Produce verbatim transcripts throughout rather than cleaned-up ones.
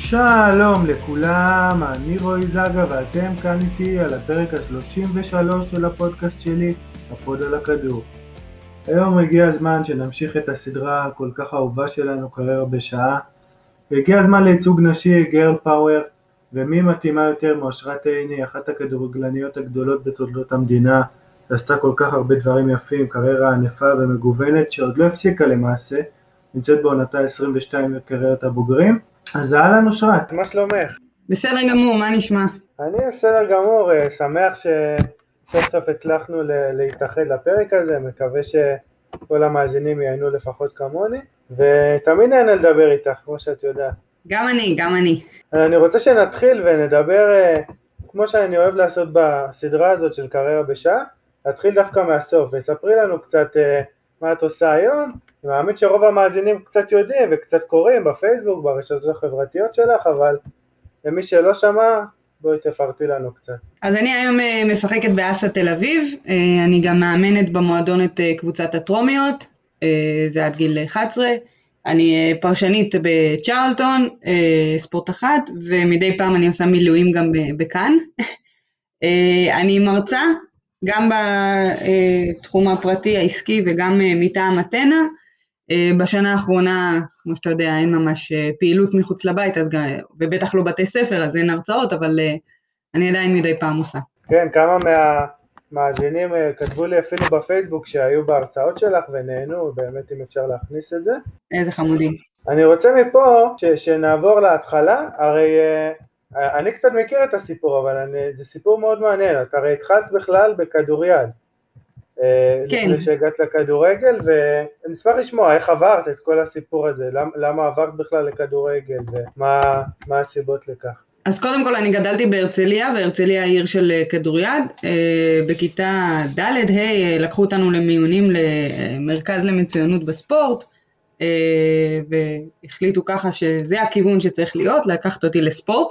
שלום לכולם, אני רועי זגה ואתם כאן איתי על הפרק ה-שלושים ושלוש של הפודקאסט שלי, הפוד על הכדור. היום הגיע הזמן שנמשיך את הסדרה הכל כך אהובה שלנו, קריירה בשעה. הגיע הזמן לייצוג נשי, גרל פאוור, ומי מתאימה יותר מאושרת עיני, אחת הכדורגלניות הגדולות בתולדות המדינה, עשתה כל כך הרבה דברים יפים, קריירה ענפה ומגוונת שעוד לא הפסיקה למעשה, נמצאת בעונתה עשרים ושתיים בקריירת הבוגרים. אז אהלן אושרת, מה שלומך? בסדר גמור, מה נשמע? אני בסדר גמור, שמח שסוף סוף הצלחנו להתאחד לפרק הזה, מקווה שכל המאזינים ייהנו לפחות כמוני, ותמיד נהנה לדבר איתך, כמו שאת יודעת. גם אני, גם אני. אני רוצה שנתחיל ונדבר, כמו שאני אוהב לעשות בסדרה הזאת של קריירה בשעה, נתחיל דווקא מהסוף, וספרי לנו קצת מה את עושה היום. אני מאמין שרוב המאזינים קצת יודעים וקצת קוראים בפייסבוק, ברשתות החברתיות שלך, אבל למי שלא שמע, בואי תפרטי לנו קצת. אז אני היום משחקת באסה תל אביב, אני גם מאמנת במועדון את קבוצת הטרומיות, זה עד גיל אחת עשרה, אני פרשנית בצ'רלטון, ספורט אחת, ומדי פעם אני עושה מילואים גם בכאן. אני מרצה, גם בתחום הפרטי העסקי וגם מטעם אתנה. בשנה האחרונה, כמו שאתה יודע, אין ממש פעילות מחוץ לבית, אז גם, ובטח לא בתי ספר, אז אין הרצאות, אבל אני עדיין מדי פעם עושה. כן, כמה מהמאזינים כתבו לי אפילו בפייסבוק שהיו בהרצאות שלך ונהנו, באמת אם אפשר להכניס את זה. איזה חמודים. אני רוצה מפה ש, שנעבור להתחלה, הרי אני קצת מכיר את הסיפור, אבל אני, זה סיפור מאוד מעניין, הרי התחלת בכלל בכדוריד. כן. לפני שהגעת לכדורגל, ואני אשמח לשמוע איך עברת את כל הסיפור הזה, למה, למה עברת בכלל לכדורגל, ומה מה הסיבות לכך. אז קודם כל אני גדלתי בהרצליה, והרצליה העיר של כדוריד, בכיתה ד' ה' לקחו אותנו למיונים למרכז למצוינות בספורט, והחליטו ככה שזה הכיוון שצריך להיות, לקחת אותי לספורט,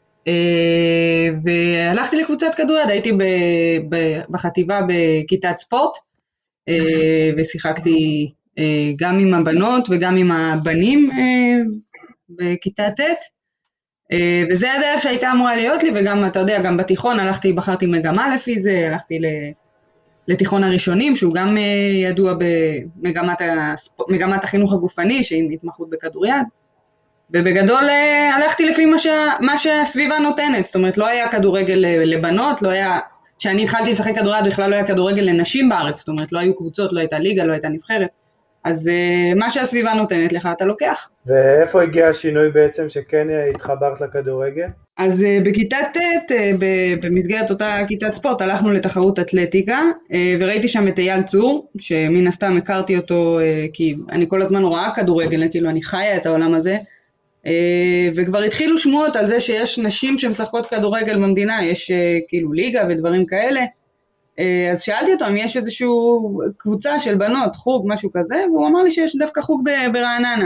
והלכתי לקבוצת כדוריד, הייתי בחטיבה בכיתת ספורט, ושיחקתי גם עם הבנות וגם עם הבנים בכיתה ט', וזה הדרך שהייתה אמורה להיות לי, וגם אתה יודע, גם בתיכון הלכתי, בחרתי מגמה לפי זה, הלכתי לתיכון הראשונים, שהוא גם ידוע במגמת החינוך הגופני, שהיא התמחות בכדוריד, ובגדול הלכתי לפי מה, ש... מה שהסביבה נותנת, זאת אומרת לא היה כדורגל לבנות, לא היה, כשאני התחלתי לשחק כדוריד בכלל לא היה כדורגל לנשים בארץ, זאת אומרת לא היו קבוצות, לא הייתה ליגה, לא הייתה נבחרת, אז מה שהסביבה נותנת לך אתה לוקח. ואיפה הגיע השינוי בעצם שכן התחברת לכדורגל? אז בכיתה ט' במסגרת אותה כיתת ספורט הלכנו לתחרות אתלטיקה, וראיתי שם את אייל צור, שמן הסתם הכרתי אותו כי אני כל הזמן רואה כדורגל, כאילו אני חיה את העולם הזה, וכבר התחילו שמועות על זה שיש נשים שמשחקות כדורגל במדינה, יש כאילו ליגה ודברים כאלה, אז שאלתי אותו אם יש איזושהי קבוצה של בנות, חוג, משהו כזה, והוא אמר לי שיש דווקא חוג ברעננה,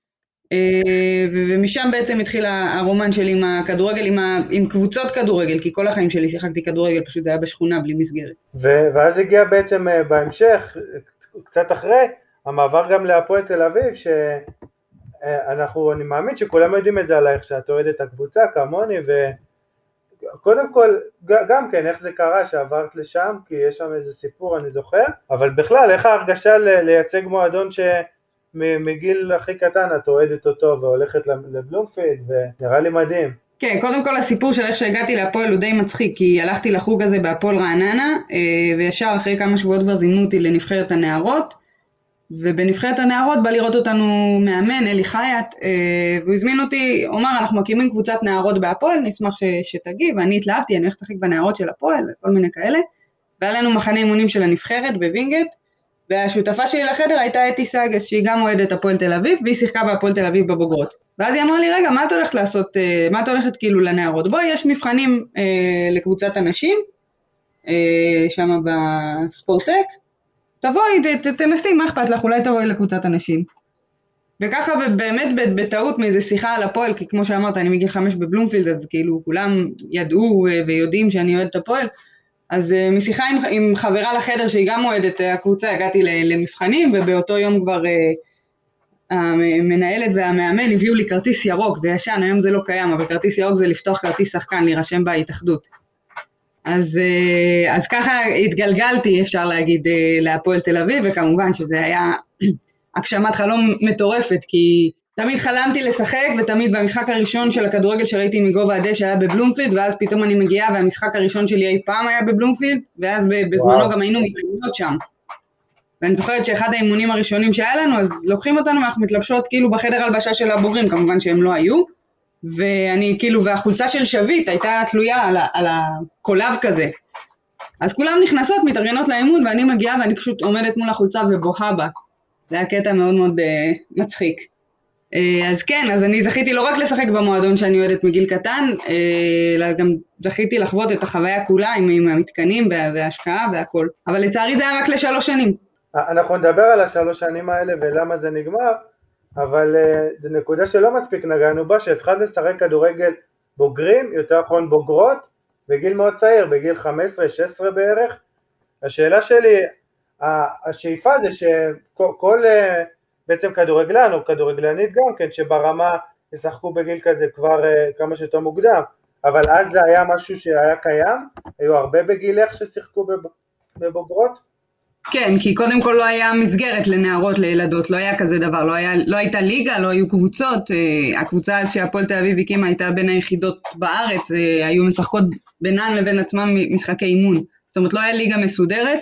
ומשם בעצם התחיל הרומן שלי עם הכדורגל, עם, ה... עם קבוצות כדורגל, כי כל החיים שלי שיחקתי כדורגל, פשוט זה היה בשכונה בלי מסגרת. ו... ואז הגיע בעצם בהמשך, קצת אחרי, המעבר גם להפועל תל אביב, ש... אנחנו, אני מאמין שכולם יודעים את זה עלייך, שאת אוהדת את הקבוצה כמוני, וקודם כל, גם כן, איך זה קרה שעברת לשם, כי יש שם איזה סיפור, אני זוכר, אבל בכלל, איך ההרגשה לייצג מועדון שמגיל הכי קטן, את אוהדת אותו והולכת לבלומפילד, ונראה לי מדהים. כן, קודם כל הסיפור של איך שהגעתי להפועל הוא די מצחיק, כי הלכתי לחוג הזה בהפועל רעננה, וישר אחרי כמה שבועות כבר זימנו אותי לנבחרת הנערות, ובנבחרת הנערות בא לראות אותנו מאמן, אלי חייט, והוא הזמין אותי, אומר, אנחנו מקימים קבוצת נערות בהפועל, נשמח ש, שתגיב, ואני התלהבתי, אני הולכת לשחק בנערות של הפועל, וכל מיני כאלה, והיה לנו מחנה אימונים של הנבחרת בווינגייט, והשותפה שלי לחדר הייתה אתי סגס, שהיא גם אוהדת הפועל תל אביב, והיא שיחקה בהפועל תל אביב בבוגרות. ואז היא אמרה לי, רגע, מה את הולכת לעשות, מה את הולכת כאילו לנערות? בואי, יש מבחנים אה, לקבוצת הנשים, אה, שם בספורטק, תבואי, ת, תנסי, מה אכפת לך, אולי תבואי לקבוצת הנשים. וככה באמת בטעות מאיזו שיחה על הפועל, כי כמו שאמרת, אני מגיל חמש בבלומפילד, אז כאילו כולם ידעו ויודעים שאני אוהדת הפועל, אז משיחה עם, עם חברה לחדר שהיא גם אוהדת הקבוצה, הגעתי למבחנים, ובאותו יום כבר המנהלת והמאמן הביאו לי כרטיס ירוק, זה ישן, היום זה לא קיים, אבל כרטיס ירוק זה לפתוח כרטיס שחקן, להירשם בהתאחדות. אז, אז ככה התגלגלתי, אפשר להגיד, להפועל תל אביב, וכמובן שזה היה הגשמת חלום מטורפת, כי תמיד חלמתי לשחק, ותמיד במשחק הראשון של הכדורגל שראיתי מגובה הדשא היה בבלומפילד, ואז פתאום אני מגיעה, והמשחק הראשון שלי אי פעם היה בבלומפילד, ואז בזמנו וואו. גם היינו מתאמנות שם. ואני זוכרת שאחד האימונים הראשונים שהיה לנו, אז לוקחים אותנו, ואנחנו מתלבשות כאילו בחדר הלבשה של הבוגרים, כמובן שהם לא היו, ואני כאילו, והחולצה של שביט הייתה תלויה על, על הקולב כזה. אז כולם נכנסות, מתארגנות לאימון, ואני מגיעה ואני פשוט עומדת מול החולצה ובוהה בה. זה היה קטע מאוד מאוד uh, מצחיק. Uh, אז כן, אז אני זכיתי לא רק לשחק במועדון שאני אוהדת מגיל קטן, אלא uh, גם זכיתי לחוות את החוויה כולה עם, עם המתקנים וההשקעה והכל. אבל לצערי זה היה רק לשלוש שנים. אנחנו נדבר על השלוש שנים האלה ולמה זה נגמר, אבל uh, זו נקודה שלא מספיק נגענו בה, שהתחלת לשחק כדורגל בוגרים, יותר נכון בוגרות, בגיל מאוד צעיר, בגיל חמש עשרה שש עשרה בערך. השאלה שלי, השאיפה זה שכל כל, בעצם כדורגלן או כדורגלנית גם כן, שברמה ישחקו בגיל כזה כבר uh, כמה שיותר מוקדם, אבל אז זה היה משהו שהיה קיים, היו הרבה בגילך ששיחקו בבוגרות? כן, כי קודם כל לא היה מסגרת לנערות, לילדות, לא היה כזה דבר, לא, היה, לא הייתה ליגה, לא היו קבוצות, הקבוצה שהפועל תל אביב הקימה הייתה בין היחידות בארץ, היו משחקות בינן לבין עצמם משחקי אימון, זאת אומרת לא היה ליגה מסודרת,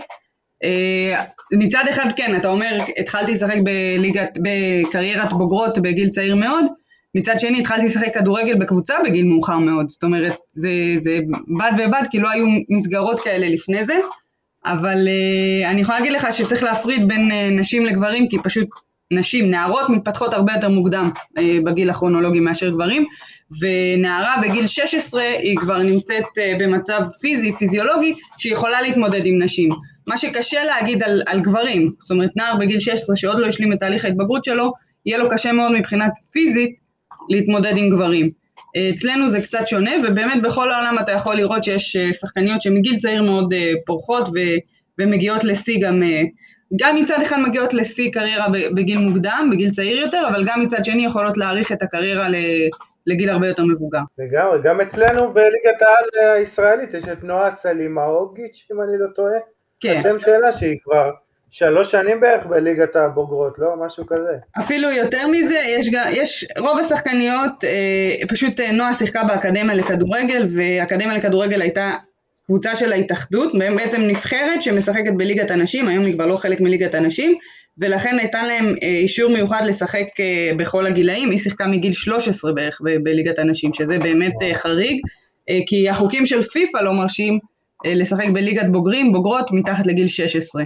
מצד אחד כן, אתה אומר, התחלתי לשחק בליגת, בקריירת בוגרות בגיל צעיר מאוד, מצד שני התחלתי לשחק כדורגל בקבוצה בגיל מאוחר מאוד, זאת אומרת זה, זה בד ובד, כי לא היו מסגרות כאלה לפני זה, אבל uh, אני יכולה להגיד לך שצריך להפריד בין uh, נשים לגברים, כי פשוט נשים, נערות מתפתחות הרבה יותר מוקדם uh, בגיל הכרונולוגי מאשר גברים, ונערה בגיל שש עשרה היא כבר נמצאת uh, במצב פיזי, פיזיולוגי, שהיא יכולה להתמודד עם נשים. מה שקשה להגיד על, על גברים, זאת אומרת נער בגיל שש עשרה שעוד לא השלים את תהליך ההתבגרות שלו, יהיה לו קשה מאוד מבחינת פיזית להתמודד עם גברים. אצלנו זה קצת שונה, ובאמת בכל העולם אתה יכול לראות שיש שחקניות שמגיל צעיר מאוד פורחות ומגיעות לשיא גם, גם מצד אחד מגיעות לשיא קריירה בגיל מוקדם, בגיל צעיר יותר, אבל גם מצד שני יכולות להאריך את הקריירה לגיל הרבה יותר מבוגר. לגמרי, גם אצלנו בליגת העל הישראלית יש את נועה סלימאוגיץ', אם אני לא טועה, כן. השם שאלה שהיא כבר שלוש שנים בערך בליגת הבוגרות, לא? משהו כזה. אפילו יותר מזה, יש, יש רוב השחקניות, אה, פשוט נועה שיחקה באקדמיה לכדורגל, והאקדמיה לכדורגל הייתה קבוצה של ההתאחדות, בעצם נבחרת שמשחקת בליגת הנשים, היום היא כבר לא חלק מליגת הנשים, ולכן ניתן להם אה, אישור מיוחד לשחק אה, בכל הגילאים, היא שיחקה מגיל שלוש עשרה בערך ב- בליגת הנשים, שזה באמת אה, חריג, אה, כי החוקים של פיפה לא מרשים אה, לשחק בליגת בוגרים, בוגרות מתחת לגיל שש עשרה.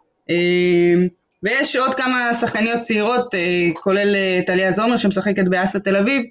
ויש עוד כמה שחקניות צעירות, כולל טליה זומר שמשחקת באסה תל אביב,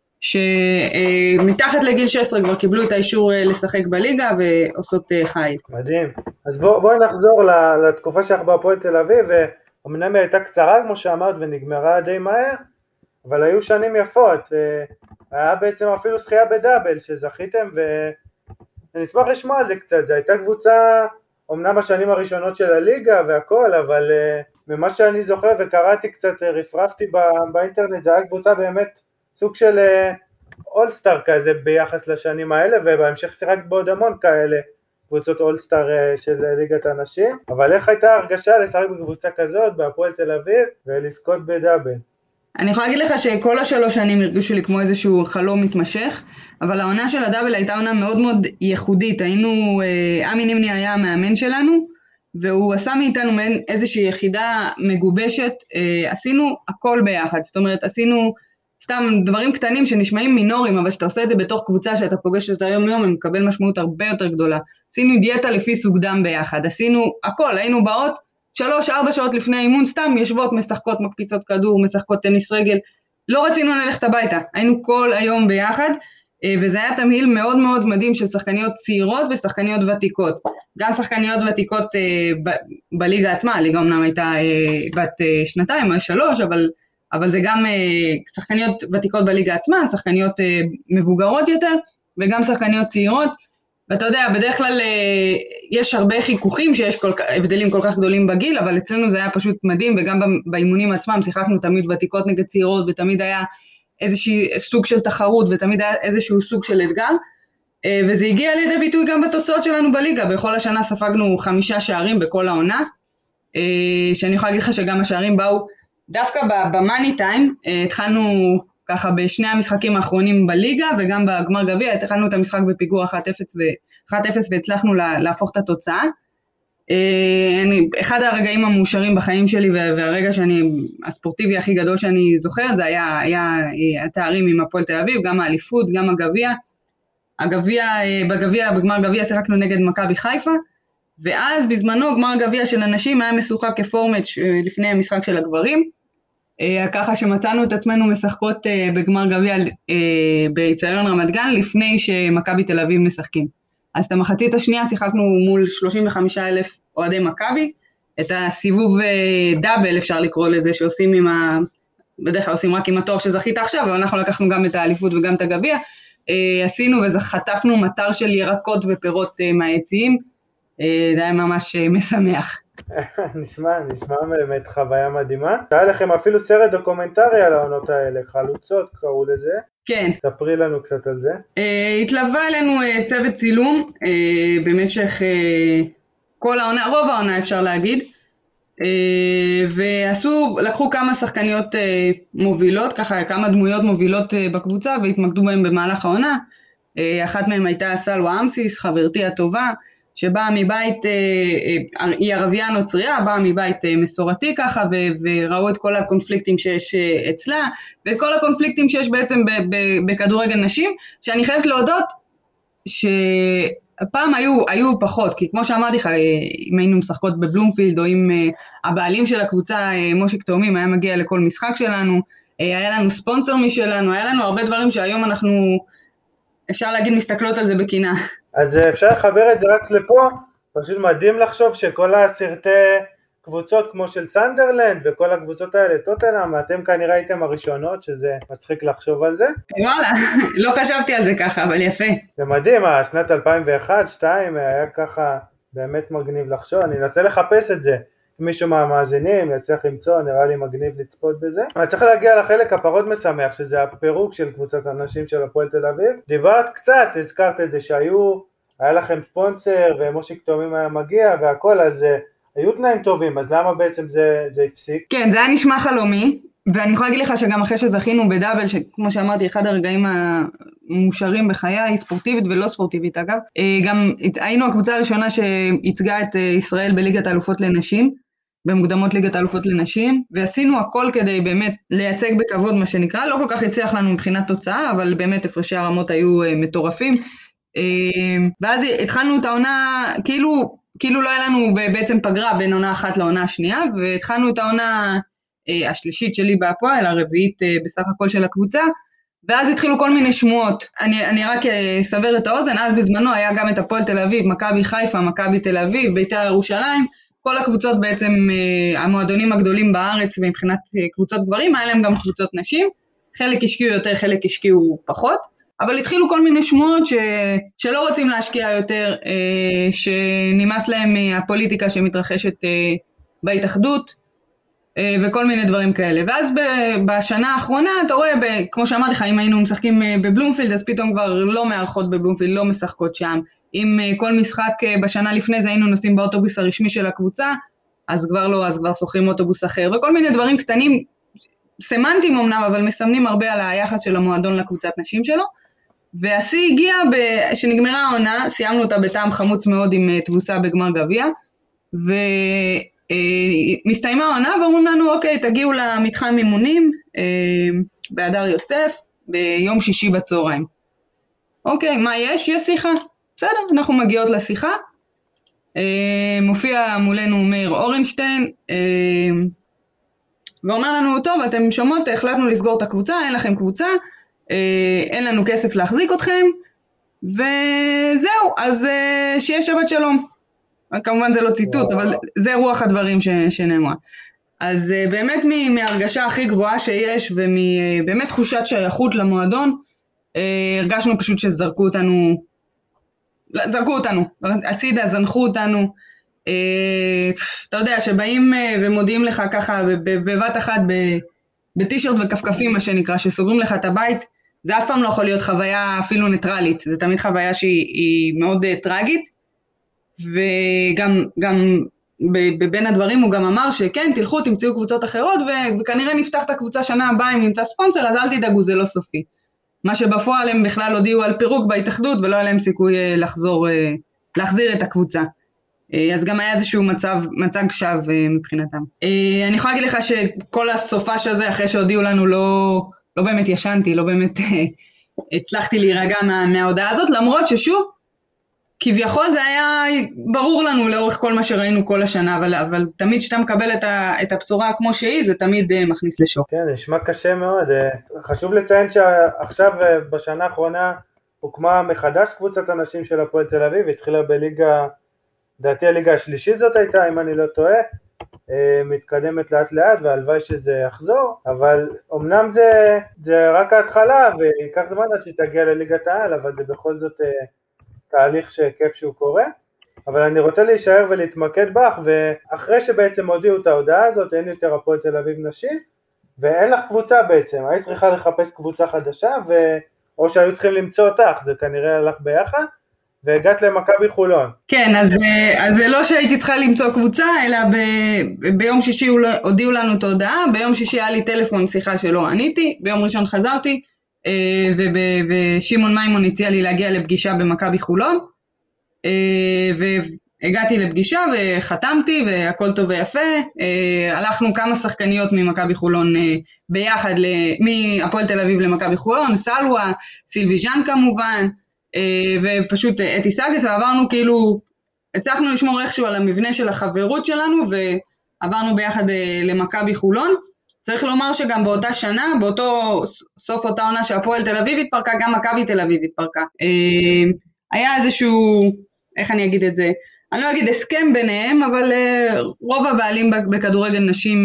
שמתחת לגיל שש עשרה כבר קיבלו את האישור לשחק בליגה ועושות חיל. מדהים. אז בואו בוא נחזור לתקופה שלך בהפועל תל אביב, ואמנם היא הייתה קצרה כמו שאמרת ונגמרה די מהר, אבל היו שנים יפות, היה בעצם אפילו שחייה בדאבל שזכיתם, ואני אשמח לשמוע על זה קצת, זו הייתה קבוצה אמנם בשנים הראשונות של הליגה והכל, אבל uh, ממה שאני זוכר וקראתי קצת, uh, רפרפתי בא, באינטרנט, זה היה קבוצה באמת סוג של אולסטאר uh, כזה ביחס לשנים האלה, ובהמשך שיחקת בעוד המון כאלה, קבוצות אולסטאר uh, של uh, ליגת הנשים, אבל איך הייתה הרגשה לשחק בקבוצה כזאת, בהפועל תל אביב, ולזכות בדאבל? אני יכולה להגיד לך שכל השלוש שנים הרגישו לי כמו איזשהו חלום מתמשך, אבל העונה של הדאבל הייתה עונה מאוד מאוד ייחודית. היינו, עמי נימני היה המאמן שלנו, והוא עשה מאיתנו מעין איזושהי יחידה מגובשת, עשינו הכל ביחד, זאת אומרת עשינו סתם דברים קטנים שנשמעים מינוריים, אבל שאתה עושה את זה בתוך קבוצה שאתה פוגש אותה יום יום, הם מקבל משמעות הרבה יותר גדולה. עשינו דיאטה לפי סוג דם ביחד, עשינו הכל, היינו באות, שלוש, ארבע שעות לפני האימון, סתם יושבות, משחקות, מקפיצות כדור, משחקות טניס רגל, לא רצינו ללכת הביתה, היינו כל היום ביחד, וזה היה תמהיל מאוד מאוד מדהים של שחקניות צעירות ושחקניות ותיקות, גם שחקניות ותיקות ב- בליגה עצמה, הליגה אמנם הייתה בת שנתיים או שלוש, אבל, אבל זה גם שחקניות ותיקות בליגה עצמה, שחקניות מבוגרות יותר, וגם שחקניות צעירות, ואתה יודע, בדרך כלל יש הרבה חיכוכים שיש כל, הבדלים כל כך גדולים בגיל, אבל אצלנו זה היה פשוט מדהים, וגם באימונים עצמם שיחקנו תמיד ותיקות נגד צעירות, ותמיד היה איזשהו סוג של תחרות, ותמיד היה איזשהו סוג של אתגר, וזה הגיע לידי ביטוי גם בתוצאות שלנו בליגה. בכל השנה ספגנו חמישה שערים בכל העונה, שאני יכולה להגיד לך שגם השערים באו דווקא במאני טיים. התחלנו ככה בשני המשחקים האחרונים בליגה, וגם בגמר גביע, התחלנו את המשחק בפיגור אחת אפס והצלחנו להפוך את התוצאה. אחד הרגעים המאושרים בחיים שלי, והרגע שאני, הספורטיבי הכי גדול שאני זוכרת, זה היה, היה התארים עם הפועל תל אביב, גם האליפות, גם הגביע. הגביע, בגביע, בגמר גביע שיחקנו נגד מכבי חיפה, ואז בזמנו גמר גביע של הנשים היה משוחק כפורמט לפני המשחק של הגברים, ככה שמצאנו את עצמנו משחקות בגמר גביע באצטדיון רמת גן לפני שמכבי תל אביב משחקים. אז את המחצית השנייה שיחקנו מול שלושים וחמישה אלף אוהדי מכבי, את הסיבוב דאבל אפשר לקרוא לזה, שעושים עם ה... בדרך כלל עושים רק עם התואר שזכית עכשיו, אבל אנחנו לקחנו גם את האליפות וגם את הגביע, עשינו וחטפנו מטר של ירקות ופירות מהיציעים, זה היה ממש משמח. נשמע, נשמע באמת חוויה מדהימה. היה לכם אפילו סרט דוקומנטרי על העונות האלה, חלוצות קראו לזה. כן. תפרי לנו קצת על זה. התלווה אלינו צוות צילום במשך כל העונה, רוב העונה אפשר להגיד, ועשו, לקחו כמה שחקניות מובילות, ככה כמה דמויות מובילות בקבוצה והתמקדו בהם במהלך העונה. אחת מהם הייתה סלווה אמסיס, חברתי הטובה, שבאה מבית, היא ערבייה נוצריה, באה מבית מסורתי ככה, וראו את כל הקונפליקטים שיש אצלה, ואת כל הקונפליקטים שיש בעצם בכדורגל נשים, שאני חייבת להודות שהפעם היו, היו פחות, כי כמו שאמרתי לך, אם היינו משחקות בבלומפילד, או אם הבעלים של הקבוצה, מושיק תאומים, היה מגיע לכל משחק שלנו, היה לנו ספונסר משלנו, היה לנו הרבה דברים שהיום אנחנו, אפשר להגיד, מסתכלות על זה בקינה. אז אפשר לחבר את זה רק לפה, פשוט מדהים לחשוב שכל הסרטי קבוצות כמו של סנדרלנד וכל הקבוצות האלה, טוטנהאם, אתם כנראה הייתם הראשונות, שזה מצחיק לחשוב על זה. וואלה, לא חשבתי על זה ככה, אבל יפה. זה מדהים, שנת אלפיים ואחת שתיים היה ככה באמת מגניב לחשוב, אני אנסה לחפש את זה, מישהו מהמאזינים יצליח למצוא, נראה לי מגניב לצפות בזה. אני צריך להגיע לחלק הפחות משמח, שזה הפירוק של קבוצת הנשים של הפועל תל אביב. דיברת קצת, הזכרת את זה שהיו, היה לכם ספונסר ומושיק תאומים היה מגיע והכל, אז היו תנאים טובים, אז למה בעצם זה, זה הפסיק? כן, זה היה נשמע חלומי, ואני יכולה להגיד לך שגם אחרי שזכינו בדאבל, שכמו שאמרתי, אחד הרגעים המאושרים בחיי, ספורטיבית ולא ספורטיבית אגב, גם היינו הקבוצה הראשונה שהצגה את ישראל בליגת האלופות לנשים, במוקדמות ליגת האלופות לנשים, ועשינו הכל כדי באמת לייצג בכבוד מה שנקרא, לא כל כך הצליח לנו מבחינת תוצאה, אבל באמת הפרשי הרמות היו מטורפים, ואז התחלנו את העונה, כאילו, כאילו לא היה לנו בעצם פגרה בין עונה אחת לעונה השנייה, והתחלנו את העונה השלישית שלי בהפועל, הרביעית בסך הכל של הקבוצה, ואז התחילו כל מיני שמועות. אני, אני רק אסבר את האוזן, אז בזמנו היה גם את הפועל תל אביב, מכבי חיפה, מכבי תל אביב, בית"ר ירושלים, כל הקבוצות בעצם, המועדונים הגדולים בארץ, מבחינת קבוצות גברים, היה להם גם קבוצות נשים, חלק השקיעו יותר, חלק השקיעו פחות, אבל התחילו כל מיני שמועות ש, שלא רוצים להשקיע יותר, שנמאס להם הפוליטיקה שמתרחשת בהתאחדות, וכל מיני דברים כאלה. ואז בשנה האחרונה, אתה רואה, כמו שאמרתי לך, אם היינו משחקים בבלומפילד, אז פתאום כבר לא מארחות בבלומפילד, לא משחקות שם. אם כל משחק בשנה לפני זה היינו נוסעים באוטובוס הרשמי של הקבוצה, אז כבר לא, אז כבר שוכרים אוטובוס אחר. וכל מיני דברים קטנים, סמנטיים אמנם, אבל מסמנים הרבה על היחס של המועדון לקבוצת נשים שלו. והשיא הגיע, שנגמרה העונה, סיימנו אותה בטעם חמוץ מאוד עם תבוסה בגמר גביע, ו... מסתיימה העונה ואומרים לנו, אוקיי, תגיעו למתחם אימונים בהדר יוסף ביום שישי בצהריים. אוקיי, מה יש? יש שיחה. בסדר, אנחנו מגיעות לשיחה. מופיע מולנו מאיר אורנשטיין, ואומר לנו, טוב, אתם שומעות, החלטנו לסגור את הקבוצה, אין לכם קבוצה, אין לנו כסף להחזיק אתכם, וזהו, אז שיהיה שבת שלום. כמובן זה לא ציטוט, אבל זה רוח הדברים שנאמרה. אז באמת מהרגשה הכי גבוהה שיש, ומבאמת תחושת שייכות למועדון, הרגשנו פשוט שזרקו אותנו זרקו אותנו, הצידה, זנחו אותנו, אתה יודע, שבאים ומודיעים לך ככה בבת אחת, בטישרט וכפכפים מה שנקרא, שסוגרים לך את הבית, זה אף פעם לא יכול להיות חוויה אפילו ניטרלית, זה תמיד חוויה שהיא מאוד טרגית, וגם גם בבין הדברים הוא גם אמר שכן, תלכו, תמצאו קבוצות אחרות, וכנראה נפתח את הקבוצה שנה הבאה אם נמצא ספונסר, אז אל תדאגו, זה לא סופי. מה שבפועל הם בכלל הודיעו על פירוק בהתאחדות, ולא היה להם סיכוי לחזור, להחזיר את הקבוצה. אז גם היה איזשהו מצב, מצג שווא מבחינתם. אני יכולה להגיד לך שכל הסופש הזה, אחרי שהודיעו לנו, לא, לא באמת ישנתי, לא באמת הצלחתי להירגע מה, מההודעה הזאת, למרות ששוב, כביכול זה היה ברור לנו לאורך כל מה שראינו כל השנה, אבל, אבל תמיד שאתה מקבל את, ה, את הבשורה כמו שהיא, זה תמיד מכניס לשוק. כן, נשמע קשה מאוד. חשוב לציין שעכשיו בשנה האחרונה הוקמה מחדש קבוצת הנשים של הפועל תל אביב, התחילה בליגה, דעתי הליגה השלישית זאת הייתה, אם אני לא טועה, מתקדמת לאט לאט והלוואי שזה יחזור, אבל אמנם זה, זה רק ההתחלה ויקח זמן עד שתגיע לליגת העל, אבל זה בכל זאת תהליך שכיף שהוא קורה. אבל אני רוצה להישאר ולהתמקד בך, ואחרי שבעצם הודיעו את ההודעה הזאת, אין יותר הפועל תל אביב נשים, ואין לך קבוצה בעצם, היית צריכה לחפש קבוצה חדשה, ו... או שהיו צריכים למצוא אותך, זה כנראה הלך ביחד, והגעת למכבי חולון. כן, אז, אז זה לא שהייתי צריכה למצוא קבוצה, אלא ב, ביום שישי הודיעו לנו את ההודעה, ביום שישי היה לי טלפון שיחה שלא עניתי, ביום ראשון חזרתי, ושמעון מימון הציע לי להגיע לפגישה במכבי חולון, והגעתי לפגישה וחתמתי והכל טוב ויפה, הלכנו כמה שחקניות ממכבי חולון ביחד, מהפועל תל אביב למכבי חולון, סלווה, סילבי ז'אן כמובן, ופשוט אתי סגס, ועברנו כאילו, הצלחנו לשמור איכשהו על המבנה של החברות שלנו, ועברנו ביחד למכבי חולון. צריך לומר שגם באותה שנה, באותו סוף אותה עונה שהפועל תל אביב התפרקה, גם מכבי תל אביב התפרקה. היה איזשהו, איך אני אגיד את זה, אני לא אגיד הסכם ביניהם, אבל רוב הבעלים בכדורגל נשים,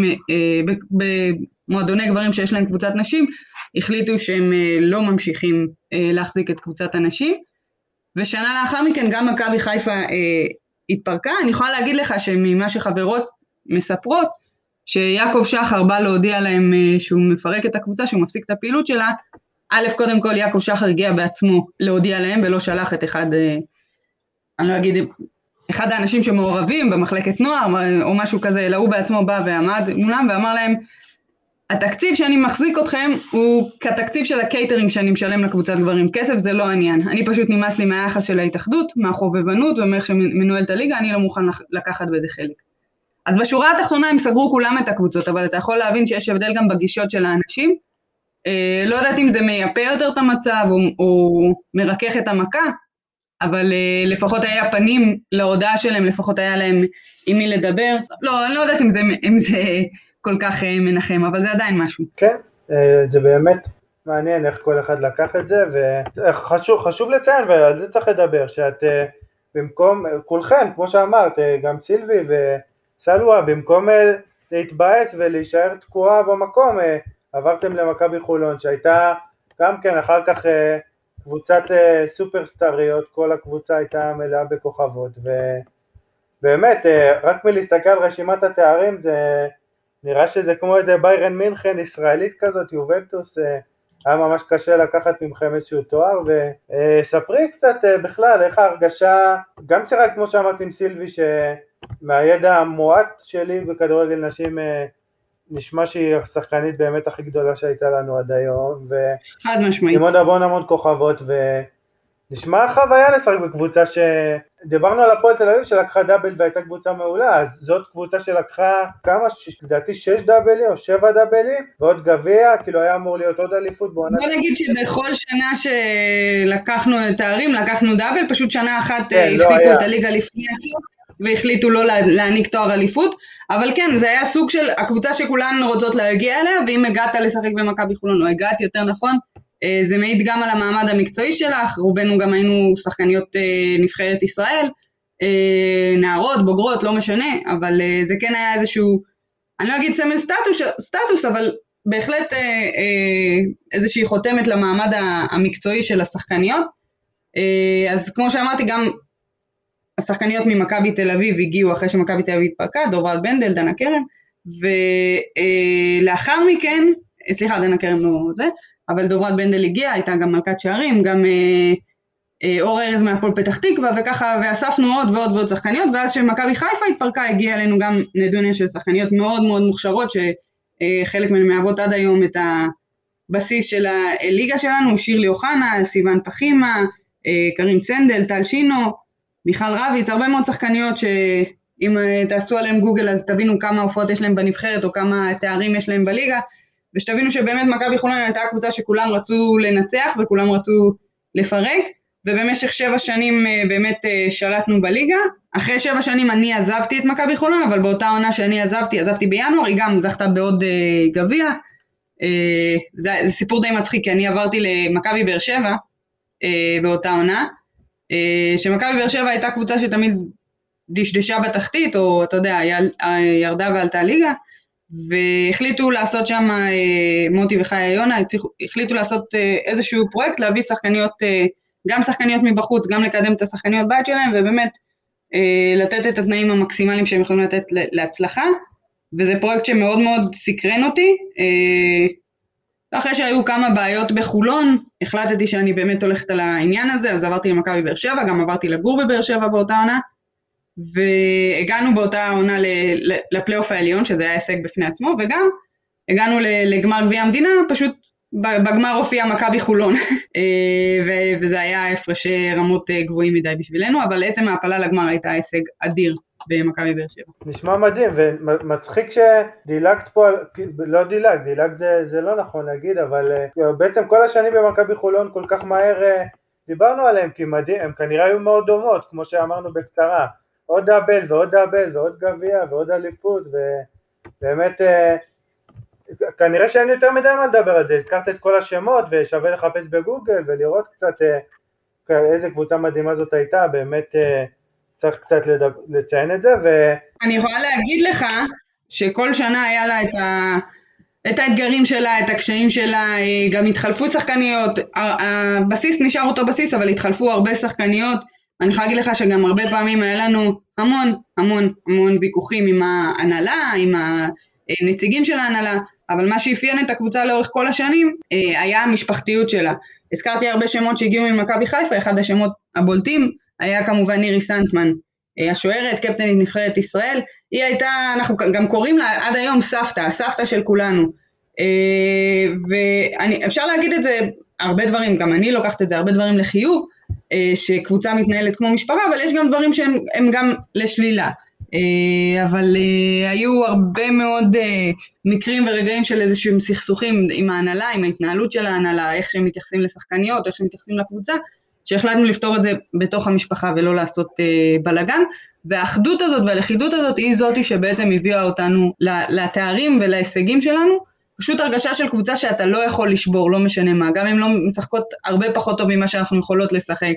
במועדוני גברים שיש להם קבוצת נשים, החליטו שהם לא ממשיכים להחזיק את קבוצת הנשים, ושנה לאחר מכן גם מכבי חיפה התפרקה. אני יכולה להגיד לך שממה שחברות מספרות, שיעקב שחר בא להודיע להם שהוא מפרק את הקבוצה, שהוא מפסיק את הפעילות שלה, א', קודם כל יעקב שחר הגיע בעצמו להודיע להם, ולא שלח את אחד, אני לא אגיד, אחד האנשים שמעורבים במחלקת נוער, או משהו כזה, אלא הוא בעצמו בא ועמד מולם, ואמר להם, התקציב שאני מחזיק אתכם, הוא כתקציב של הקייטרינג שאני משלם לקבוצת גברים, כסף זה לא עניין, אני פשוט נמאס לי מהיחס של ההתאחדות, מהחובבנות, ומאיך שמנוהל את הליגה, אני לא מוכן לקחת בזה חלק. אז בשורה התחתונה הם סגרו כולם את הקבוצות, אבל אתה יכול להבין שיש הבדל גם בגישות של האנשים, אה, לא יודעת אם זה מייפה יותר את המצב, או, או מרכך את המכה, אבל אה, לפחות היה פנים להודעה שלהם, לפחות היה להם עם מי לדבר, לא, אני לא יודעת אם זה, אם זה כל כך אה, מנחם, אבל זה עדיין משהו. כן, אה, זה באמת מעניין איך כל אחד לקח את זה, וחשוב חשוב לציין, ועל זה צריך לדבר, שאת אה, במקום, כולכם, כמו שאמרת, אה, גם סילבי ו... סלווה, במקום להתבאס ולהישאר תקועה במקום, עברתם למכבי חולון, שהייתה גם כן אחר כך קבוצת סופרסטריות, כל הקבוצה הייתה מלאה בכוכבות, ובאמת, רק מלהסתכל על רשימת התארים, זה נראה שזה כמו איזה ביירן מינכן ישראלית כזאת, יובנטוס, היה ממש קשה לקחת ממכם איזשהו תואר, וספרי קצת בכלל איך ההרגשה, גם שרק כמו שאמרתי עם סילבי, שמהידע המועט שלי בכדורגל נשים, נשמע שהיא השחקנית באמת הכי גדולה שהייתה לנו עד היום, חד משמעית. עם עוד המון המון כוכבות, ונשמע חוויה לשחק בקבוצה שדיברנו על הפועל תל אביב שלקחה דאבל והייתה קבוצה מעולה, אז זאת קבוצה שלקחה כמה, לדעתי שש דאבלים או שבע דאבלים, ועוד גביע, כאילו היה אמור להיות עוד אליפות בעונה. בוא נגיד שבכל שנה שלקחנו תארים, לקחנו דאבל, פשוט שנה אחת הפסיקו את הליגה לפני הסוף, והחליטו לא להעניק תואר אליפות, אבל כן, זה היה סוג של הקבוצה שכולן רוצות להגיע אליה, ואם הגעת לשחק במכבי חולון, או הגעת יותר נכון, זה מעיד גם על המעמד המקצועי שלך, רובנו גם היינו שחקניות נבחרת ישראל, נערות, בוגרות, לא משנה, אבל זה כן היה איזשהו, אני לא אגיד סמל סטטוס, סטטוס אבל בהחלט איזושהי חותמת למעמד המקצועי של השחקניות, אז כמו שאמרתי, גם השחקניות ממכבי תל אביב הגיעו אחרי שמכבי תל אביב התפרקה, דוברת בנדל, דנה קרן, ולאחר מכן, סליחה, דנה קרן לא זה, אבל דוברת בנדל הגיעה, הייתה גם מלכת שערים, גם אור ארז מהפועל פתח תקווה, וככה, ואספנו עוד ועוד ועוד שחקניות, ואז שמכבי חיפה התפרקה, הגיעה אלינו גם נדוניה של שחקניות מאוד מאוד מוכשרות, שחלק מהן מהוות עד היום את הבסיס של הליגה שלנו, שירלי אוחנה, סיוון פחימה, קרין סנדל, טל שינו, מיכל רביץ, הרבה מאוד שחקניות שאם תעשו עליהם גוגל אז תבינו כמה הופעות יש להם בנבחרת או כמה תארים יש להם בליגה, ושתבינו שבאמת מכבי חולון הייתה הקבוצה שכולם רצו לנצח וכולם רצו לפרק, ובמשך שבע שנים באמת שלטנו בליגה. אחרי שבע שנים אני עזבתי את מכבי חולון, אבל באותה עונה שאני עזבתי, עזבתי בינואר, היא גם זכתה בעוד גביע. זה, זה סיפור די מצחיק, כי אני עברתי למכבי באר שבע באותה עונה, שמכבי באר שבע הייתה קבוצה שתמיד דשדשה בתחתית, או אתה יודע, ירדה ועלתה ליגה, והחליטו לעשות שם, מוטי וחיה יונה, החליטו לעשות איזשהו פרויקט, להביא שחקניות, גם שחקניות מבחוץ, גם לקדם את השחקניות בית שלהם, ובאמת לתת את התנאים המקסימליים שהם יכולים לתת להצלחה, וזה פרויקט שמאוד מאוד סקרן אותי. אחרי שהיו כמה בעיות בחולון, החלטתי שאני באמת הולכת על העניין הזה, אז עברתי למכבי באר שבע, גם עברתי לגור בבאר שבע באותה עונה, והגענו באותה עונה לפלייאוף העליון, שזה היה הישג בפני עצמו, וגם הגענו לגמר גביע המדינה, פשוט בגמר הופיע מכבי חולון, וזה היה הפרשי רמות גבוהים מדי בשבילנו, אבל עצם ההעפלה לגמר הייתה הישג אדיר במכבי באר שבע. נשמע מדהים, ומצחיק שדילגת פה, לא דילג, דילג זה, זה לא נכון להגיד, אבל בעצם כל השנים במכבי חולון כל כך מהר דיברנו עליהם, כי מדהים, הם כנראה היו מאוד דומות, כמו שאמרנו בקצרה, עוד דאבל ועוד דאבל ועוד גביע ועוד אליפות, ובאמת כנראה שאין יותר מדי מה לדבר על זה, הזכרת את כל השמות ושווה לחפש בגוגל ולראות קצת איזה קבוצה מדהימה זאת הייתה, באמת צריך קצת לציין את זה. ו... אני יכולה להגיד לך שכל שנה היה לה את, ה... את האתגרים שלה, את הקשיים שלה, גם התחלפו שחקניות, הבסיס נשאר אותו בסיס, אבל התחלפו הרבה שחקניות, אני יכולה להגיד לך שגם הרבה פעמים היה לנו המון המון המון ויכוחים עם ההנהלה, עם הנציגים של ההנהלה, אבל מה שאפיין את הקבוצה לאורך כל השנים היה המשפחתיות שלה. הזכרתי הרבה שמות שהגיעו ממכבי חיפה, אחד השמות הבולטים היה כמובן נירי סנטמן, השוערת, קפטנית נבחרת ישראל, היא הייתה, אנחנו גם קוראים לה עד היום סבתא, הסבתא של כולנו, ואפשר להגיד את זה הרבה דברים, גם אני לוקחת את זה הרבה דברים לחיוב, שקבוצה מתנהלת כמו משפחה, אבל יש גם דברים שהם גם לשלילה, אבל היו הרבה מאוד מקרים ורגעים של איזשהם סכסוכים עם ההנהלה, עם ההתנהלות של ההנהלה, איך שהם מתייחסים לשחקניות, איך שהם מתייחסים לקבוצה, שהחלטנו לפתור את זה בתוך המשפחה ולא לעשות בלגן, והאחדות הזאת והלכידות הזאת היא זאתי שבעצם הביאה אותנו לתארים ולהישגים שלנו, פשוט הרגשה של קבוצה שאתה לא יכול לשבור, לא משנה מה, גם אם לא משחקות הרבה פחות טוב ממה שאנחנו יכולות לשחק,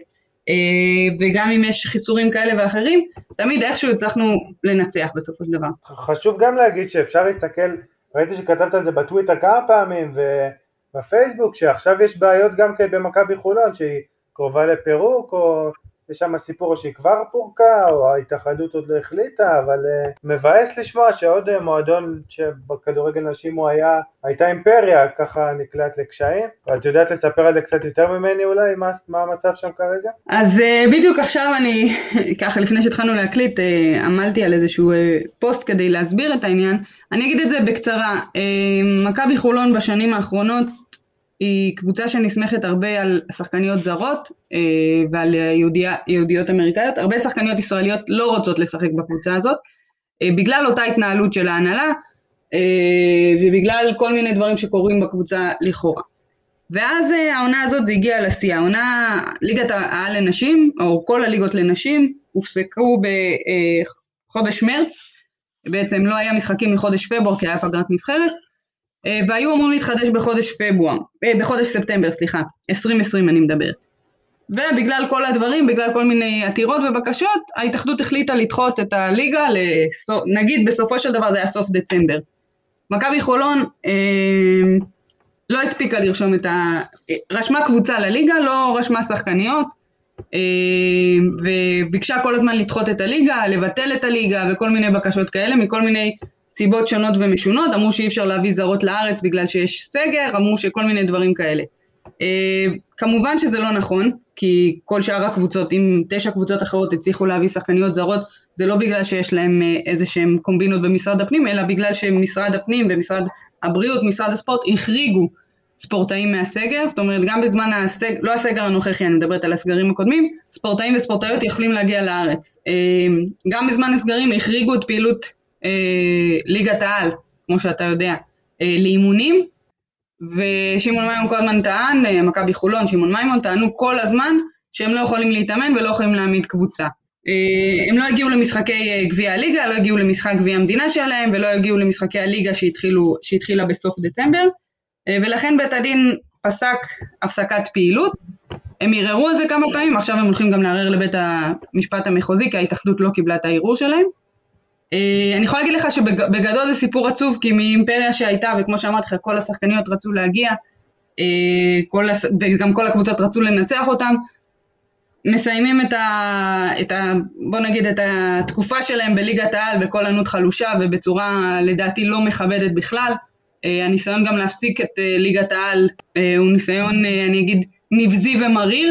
וגם אם יש חיסורים כאלה ואחרים, תמיד איכשהו הצלחנו לנצח בסופו של דבר. חשוב גם להגיד שאפשר להסתכל, ראיתי שכתבת על זה בטוויטר כמה פעמים, ובפייסבוק, שעכשיו יש בעיות גם כן במכבי חולון, שהיא קרובה לפירוק, או יש שם סיפור שהיא כבר פורקה, או ההתאחדות עוד לא החליטה, אבל uh, מבאס לשמוע שעוד uh, מועדון שבכדורגל נשים הוא היה, הייתה אימפריה, ככה נקלט לקשיים, ואת יודעת לספר על זה קצת יותר ממני אולי, מה, מה המצב שם כרגע? אז uh, בדיוק עכשיו אני, ככה לפני שהתחלנו להקליט, uh, עמלתי על איזשהו uh, פוסט כדי להסביר את העניין, אני אגיד את זה בקצרה, uh, מכבי חולון בשנים האחרונות, היא קבוצה שנסמכת הרבה על שחקניות זרות אה, ועל יהודיה, יהודיות אמריקאיות. הרבה שחקניות ישראליות לא רוצות לשחק בקבוצה הזאת, אה, בגלל אותה התנהלות של ההנהלה, אה, ובגלל כל מיני דברים שקורים בקבוצה לכאורה. ואז אה, העונה הזאת זה הגיע לשיא. העונה, ליגת העל לנשים, או כל הליגות לנשים, הופסקו בחודש מרץ, בעצם לא היה משחקים מחודש פברואר, כי היה פגרת נבחרת, והיו אמורים להתחדש בחודש פברואר, בחודש ספטמבר, סליחה, עשרים עשרים אני מדבר. ובגלל כל הדברים, בגלל כל מיני עתירות ובקשות, ההתאחדות החליטה לדחות את הליגה, לסוף, נגיד בסופו של דבר זה היה סוף דצמבר. מכבי חולון אה, לא הספיקה לרשום את ה... רשמה קבוצה לליגה, לא רשמה שחקניות, וביקשה כל הזמן לדחות את הליגה, לבטל את הליגה וכל מיני בקשות כאלה, מכל מיני סיבות שונות ומשונות, אמרו שאי אפשר להביא זרות לארץ בגלל שיש סגר, אמרו שכל מיני דברים כאלה. כמובן שזה לא נכון, כי כל שאר הקבוצות, אם תשע קבוצות אחרות הצליחו להביא שחקניות זרות, זה לא בגלל שיש להם איזה שהם קומבינות במשרד הפנים, אלא בגלל שמשרד הפנים ומשרד הבריאות, משרד הספורט, החריגו ספורטאים מהסגר, זאת אומרת גם בזמן הסגר, לא הסגר הנוכחי, אני מדברת על הסגרים הקודמים, ספורטאים וספורטאיות יכולים להגיע לארץ. גם בזמן הסגרים החריגו את פעילות ליגת העל, כמו שאתה יודע, לאימונים, ושמעון מימון כל הזמן טען, מכבי חולון, שמעון מימון טענו כל הזמן שהם לא יכולים להתאמן ולא יכולים להעמיד קבוצה. הם לא הגיעו למשחקי גביע הליגה, לא הגיעו למשחק גביע המדינה שלהם, ולא הגיעו למשחקי הליגה שהתחילו, שהתחילה בסוף דצמבר, ולכן בית הדין פסק הפסקת פעילות. הם ערערו על זה כמה פעמים, עכשיו הם הולכים גם לערער לבית המשפט המחוזי, כי ההתאחדות לא קיבלה את הערעור שלהם. אני יכולה להגיד לך שבגדול זה סיפור עצוב, כי מאימפריה שהייתה, וכמו שאמרתי לך, כל השחקניות רצו להגיע, וגם כל הקבוצות רצו לנצח אותם, מסיימים את ה, את ה, בוא נגיד את התקופה שלהם בליגת העל בכל ענות חלושה, ובצורה לדעתי לא מכבדת בכלל. הניסיון גם להפסיק את ליגת העל הוא ניסיון, אני אגיד, נבזי ומריר,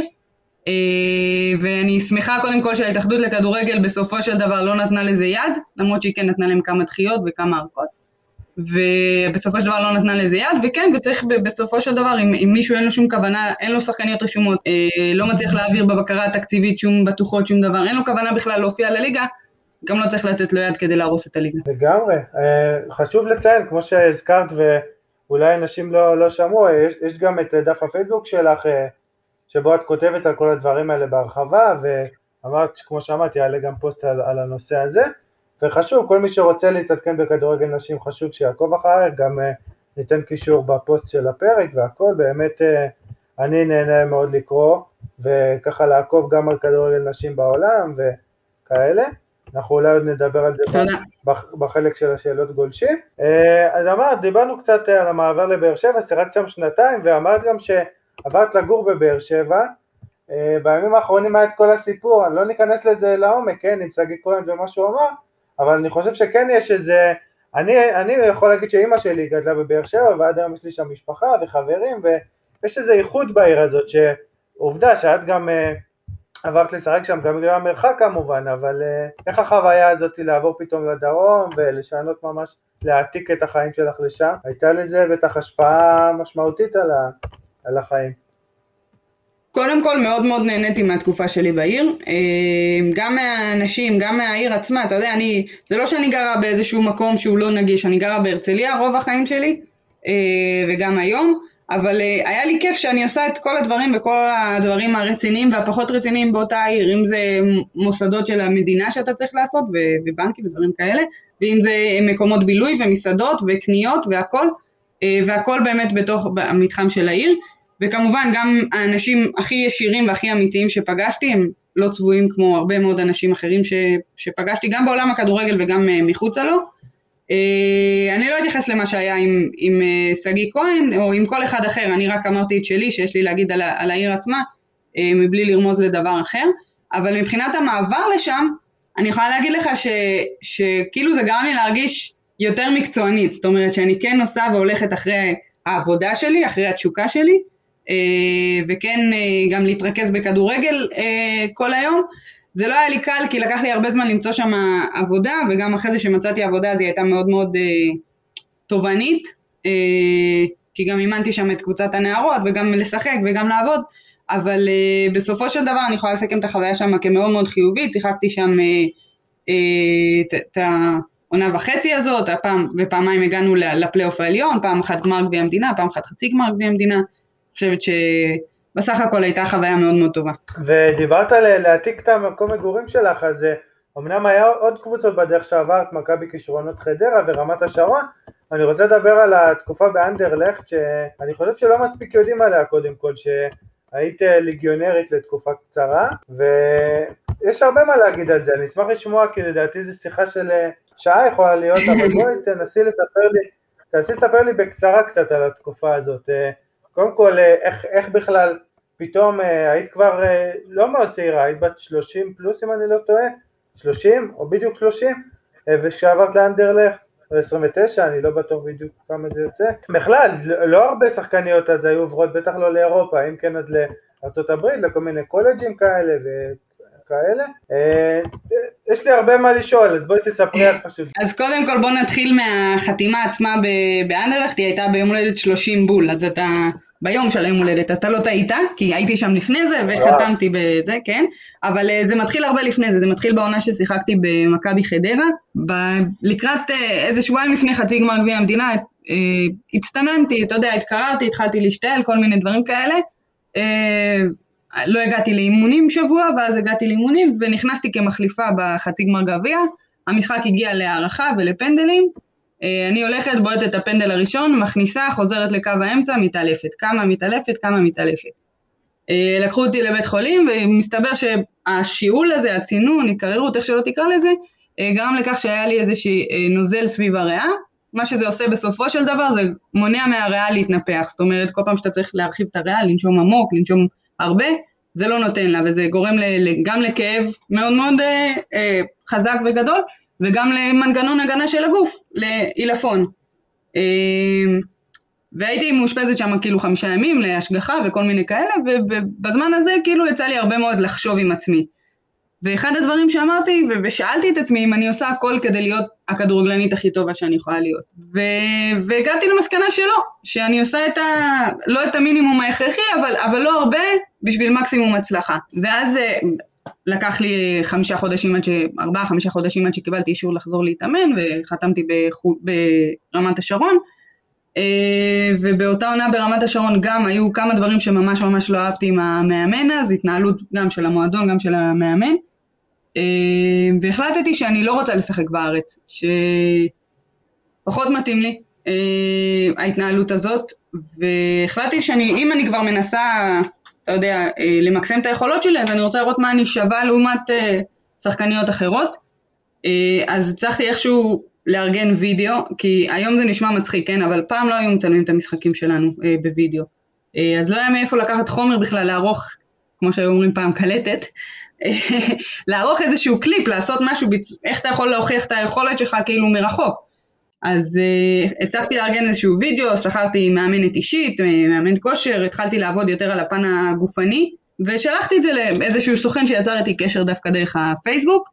ואני שמחה קודם כל שההתאחדות לכדורגל בסופו של דבר לא נתנה לזה יד, למרות שהיא כן נתנה להם כמה דחיות וכמה ארכות, ובסופו של דבר לא נתנה לזה יד, וכן, וצריך בסופו של דבר, אם, אם מישהו אין לו שום כוונה, אין לו שחקניות רשומות, לא מצליח להעביר בבקרה התקציבית שום בטוחות, שום דבר, אין לו כוונה בכלל להופיע לליגה, גם לא צריך לתת לו יד כדי להרוס את הליגה. לגמרי, חשוב לציין, כמו שהזכרת ואולי אנשים לא, לא שמעו, יש, יש גם את דף הפייסבוק שלך, שבו את כותבת על כל הדברים האלה בהרחבה, ואמרת, כמו שאמרתי, יעלה גם פוסט על, על הנושא הזה, וחשוב, כל מי שרוצה להתעדכן בכדורגל נשים, חשוב שיעקוב אחריך, גם ניתן קישור בפוסט של הפרק והכל, באמת אני נהנה מאוד לקרוא, וככה לעקוב גם על כדורגל נשים בעולם וכאלה. אנחנו אולי עוד נדבר על זה בחלק של השאלות גולשים. אז אמרת, דיברנו קצת על המעבר לבאר שבע, שיחקת שם שנתיים, ואמרת גם שעברת לגור בבאר שבע, בימים האחרונים היה את כל הסיפור, אני לא ניכנס לזה לעומק, כן, עם שגיא כהן ומה שהוא אמר, אבל אני חושב שכן יש איזה, אני, אני יכול להגיד שאמא שלי גדלה בבאר שבע, ועד היום יש לי שם משפחה וחברים, ויש איזה ייחוד בעיר הזאת, שעובדה שאת גם עברת לשחק שם, גם בגלל המרחק כמובן, אבל איך החוויה הזאת לעבור פתאום לדרום, ולשנות ממש, להעתיק את החיים שלך לשם, הייתה לזה בטח השפעה משמעותית על, ה, על החיים. קודם כל מאוד מאוד נהניתי מהתקופה שלי בעיר, גם מהאנשים, גם מהעיר עצמה, אתה יודע, אני, זה לא שאני גרה באיזשהו מקום שהוא לא נגיש, אני גרה בהרצליה רוב החיים שלי, וגם היום, אבל היה לי כיף שאני עושה את כל הדברים וכל הדברים הרציניים והפחות רציניים באותה העיר, אם זה מוסדות של המדינה שאתה צריך לעשות, ובנקים ודברים כאלה, ואם זה מקומות בילוי ומסעדות וקניות והכל, והכל באמת בתוך המתחם של העיר, וכמובן גם האנשים הכי ישירים והכי אמיתיים שפגשתי, הם לא צבועים כמו הרבה מאוד אנשים אחרים ש, שפגשתי, גם בעולם הכדורגל וגם מחוצה לו. אני לא אתייחס למה שהיה עם, עם שגיא כהן, או עם כל אחד אחר, אני רק אמרתי את שלי, שיש לי להגיד על, על העיר עצמה, מבלי לרמוז לדבר אחר, אבל מבחינת המעבר לשם, אני יכולה להגיד לך ש, שכאילו זה גרם לי להרגיש יותר מקצוענית, זאת אומרת שאני כן נוסעה והולכת אחרי העבודה שלי, אחרי התשוקה שלי, וכן גם להתרכז בכדורגל כל היום. זה לא היה לי קל, כי לקח לי הרבה זמן למצוא שם עבודה, וגם אחרי זה שמצאתי עבודה, אז היא הייתה מאוד מאוד תובענית, כי גם אימנתי שם את קבוצת הנערות, וגם לשחק וגם לעבוד, אבל בסופו של דבר אני יכולה לסכם את החוויה שם כמאוד מאוד חיובית, שיחקתי שם את העונה וחצי הזאת, ופעמיים הגענו לפלייאוף העליון, פעם אחת גמר גביע המדינה, פעם אחת חצי גמר גביע המדינה, אני חושבת שבסך הכל הייתה חוויה מאוד מאוד טובה. ודיברת להעתיק את המקום מגורים שלך, אז אמנם היה עוד קבוצות בדרך שעברת, מכבי כישרונות חדרה ורמת השרון, אני רוצה לדבר על התקופה באנדרלכט, שאני חושב שלא מספיק יודעים עליה קודם כל, שהיית ליגיונרית לתקופה קצרה, ויש הרבה מה להגיד על זה, אני אשמח לשמוע, כי לדעתי זו שיחה של שעה יכולה להיות, אבל בואי תנסי לספר לי, תנסי לספר לי בקצרה קצת על התקופה הזאת, קודם כל איך, איך בכלל פתאום היית כבר לא מאוד צעירה, היית בת שלושים פלוס אם אני לא טועה, שלושים או בדיוק שלושים, וכשעברת לאנדרלכט, עשרים ותשע, אני לא בטוח בדיוק כמה זה יוצא. בכלל, לא הרבה שחקניות אז היו עוברות, בטח לא לאירופה, אם כן אז לארצות הברית, לכל מיני קולג'ים כאלה וכאלה. יש לי הרבה מה לשאול, אז בואי תספרי על פשוט. אז קודם כל בוא נתחיל מהחתימה עצמה באנדרלכט, היא הייתה ביום הולדת שלושים בול, אז אתה ביום של היום הולדת, אז אתה לא טעית, כי הייתי שם לפני זה וחתמתי בזה, כן? אבל זה מתחיל הרבה לפני זה, זה מתחיל בעונה ששיחקתי במכבי חדרה, ב- לקראת איזה שבועיים לפני חצי גמר גביע המדינה, הצטננתי, אתה יודע, התקררתי, התחלתי להשתעל, כל מיני דברים כאלה, לא הגעתי לאימונים שבוע, ואז הגעתי לאימונים, ונכנסתי כמחליפה בחצי גמר גביע, המשחק הגיע להערכה ולפנדלים, אני הולכת, בועטת את הפנדל הראשון, מכניסה, חוזרת לקו האמצע, מתעלפת, כמה מתעלפת, כמה מתעלפת. לקחו אותי לבית חולים, ומסתבר שהשיעול הזה, הצינון, התקררות, איך שלא תקרא לזה, גרם לכך שהיה לי איזושהי נוזל סביב הריאה, מה שזה עושה בסופו של דבר, זה מונע מהריאה להתנפח, זאת אומרת, כל פעם שאתה צריך להרחיב את הריאה, לנשום עמוק, לנשום הרבה, זה לא נותן לה, וזה גורם גם לכאב מאוד מאוד חזק וגדול, וגם למנגנון הגנה של הגוף, לאילפון. והייתי מאושפזת שם כאילו חמישה ימים להשגחה וכל מיני כאלה, ובזמן הזה כאילו יצא לי הרבה מאוד לחשוב עם עצמי. ואחד הדברים שאמרתי, ושאלתי את עצמי אם אני עושה הכל כדי להיות הכדורגלנית הכי טובה שאני יכולה להיות. ו- והגעתי למסקנה שלא, שאני עושה את ה... לא את המינימום ההכרחי, אבל, אבל לא הרבה בשביל מקסימום הצלחה. ואז לקח לי חמישה חודשים עד ש... ארבעה, חמישה חודשים עד שקיבלתי אישור לחזור להתאמן, וחתמתי בחו... ברמת השרון, ובאותה עונה ברמת השרון גם היו כמה דברים שממש ממש לא אהבתי עם המאמן, אז התנהלות גם של המועדון, גם של המאמן, והחלטתי שאני לא רוצה לשחק בארץ, שפחות מתאים לי ההתנהלות הזאת, והחלטתי שאני, אם אני כבר מנסה, אתה יודע, למקסם את היכולות שלי, אז אני רוצה לראות מה אני שווה לעומת שחקניות אחרות, אז צריכתי איכשהו לארגן וידאו, כי היום זה נשמע מצחיק, כן? אבל פעם לא היו מצלמים את המשחקים שלנו אה, בוידאו. אה, אז לא היה מאיפה לקחת חומר בכלל, לערוך, כמו שהיו אומרים פעם, קלטת, לערוך איזשהו קליפ, לעשות משהו, איך אתה יכול להוכיח את היכולת שלך כאילו מרחוק. אז אה, הצלחתי לארגן איזשהו וידאו, שכרתי מאמנת אישית, מאמנת כושר, התחלתי לעבוד יותר על הפן הגופני, ושלחתי את זה לאיזשהו סוכן שיצר איתי קשר דווקא דרך הפייסבוק,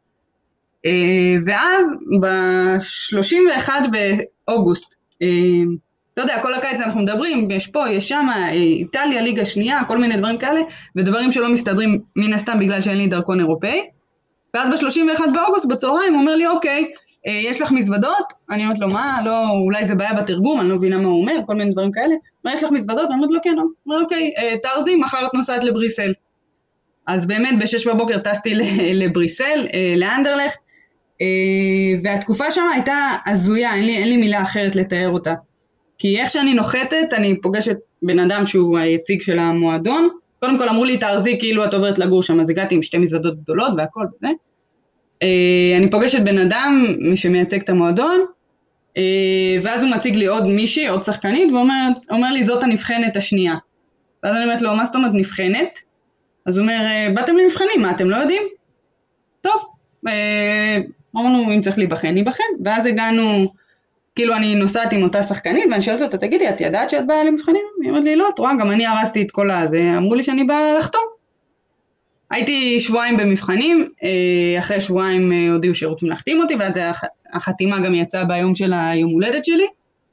ואז ב-שלושים ואחד באוגוסט, אתה יודע, כל הקיץ אנחנו מדברים, יש פה, יש שם, איטליה, ליגה שנייה, כל מיני דברים כאלה, ודברים שלא מסתדרים מן הסתם בגלל שאין לי דרכון אירופאי, ואז ב-שלושים ואחד באוגוסט בצהריים הוא אומר לי, אוקיי, יש לך מזוודות? אני אומרת לו, מה? לא, אולי זה בעיה בתרגום, אני לא מבינה מה הוא אומר, כל מיני דברים כאלה, מה, יש לך מזוודות? אני אומרת לו, כן, הוא אומר, אוקיי, תרזי, מחר את נוסעת לבריסל. אז באמת בשש בבוקר טסתי לבריסל, לאנדרלכט, והתקופה שם הייתה הזויה, אין לי, אין לי מילה אחרת לתאר אותה. כי איך שאני נוחתת, אני פוגשת בן אדם שהוא היציג של המועדון, קודם כל אמרו לי, תארזי כאילו את עוברת לגור שם, אז הגעתי עם שתי מזוודות גדולות והכל וזה. אני פוגשת בן אדם שמייצג את המועדון, ואז הוא מציג לי עוד מישהי, עוד שחקנית, ואומר אומר לי, זאת הנבחנת השנייה. ואז אני אומרת לו, מה זאת אומרת נבחנת? אז הוא אומר, באתם למבחנים, מה אתם לא יודעים? טוב, אמרנו, אם צריך להיבחן, להיבחן, ואז הגענו, כאילו אני נוסעת עם אותה שחקנית, ואני שואלת אותה, תגידי, את ידעת שאת באה למבחנים? היא אומרת לי, לא, את רואה, גם אני הרסתי את כל הזה, אמרו לי שאני באה לחתום. הייתי שבועיים במבחנים, אחרי שבועיים הודיעו שרוצים להחתים אותי, ואז החתימה גם יצאה ביום של היום הולדת שלי,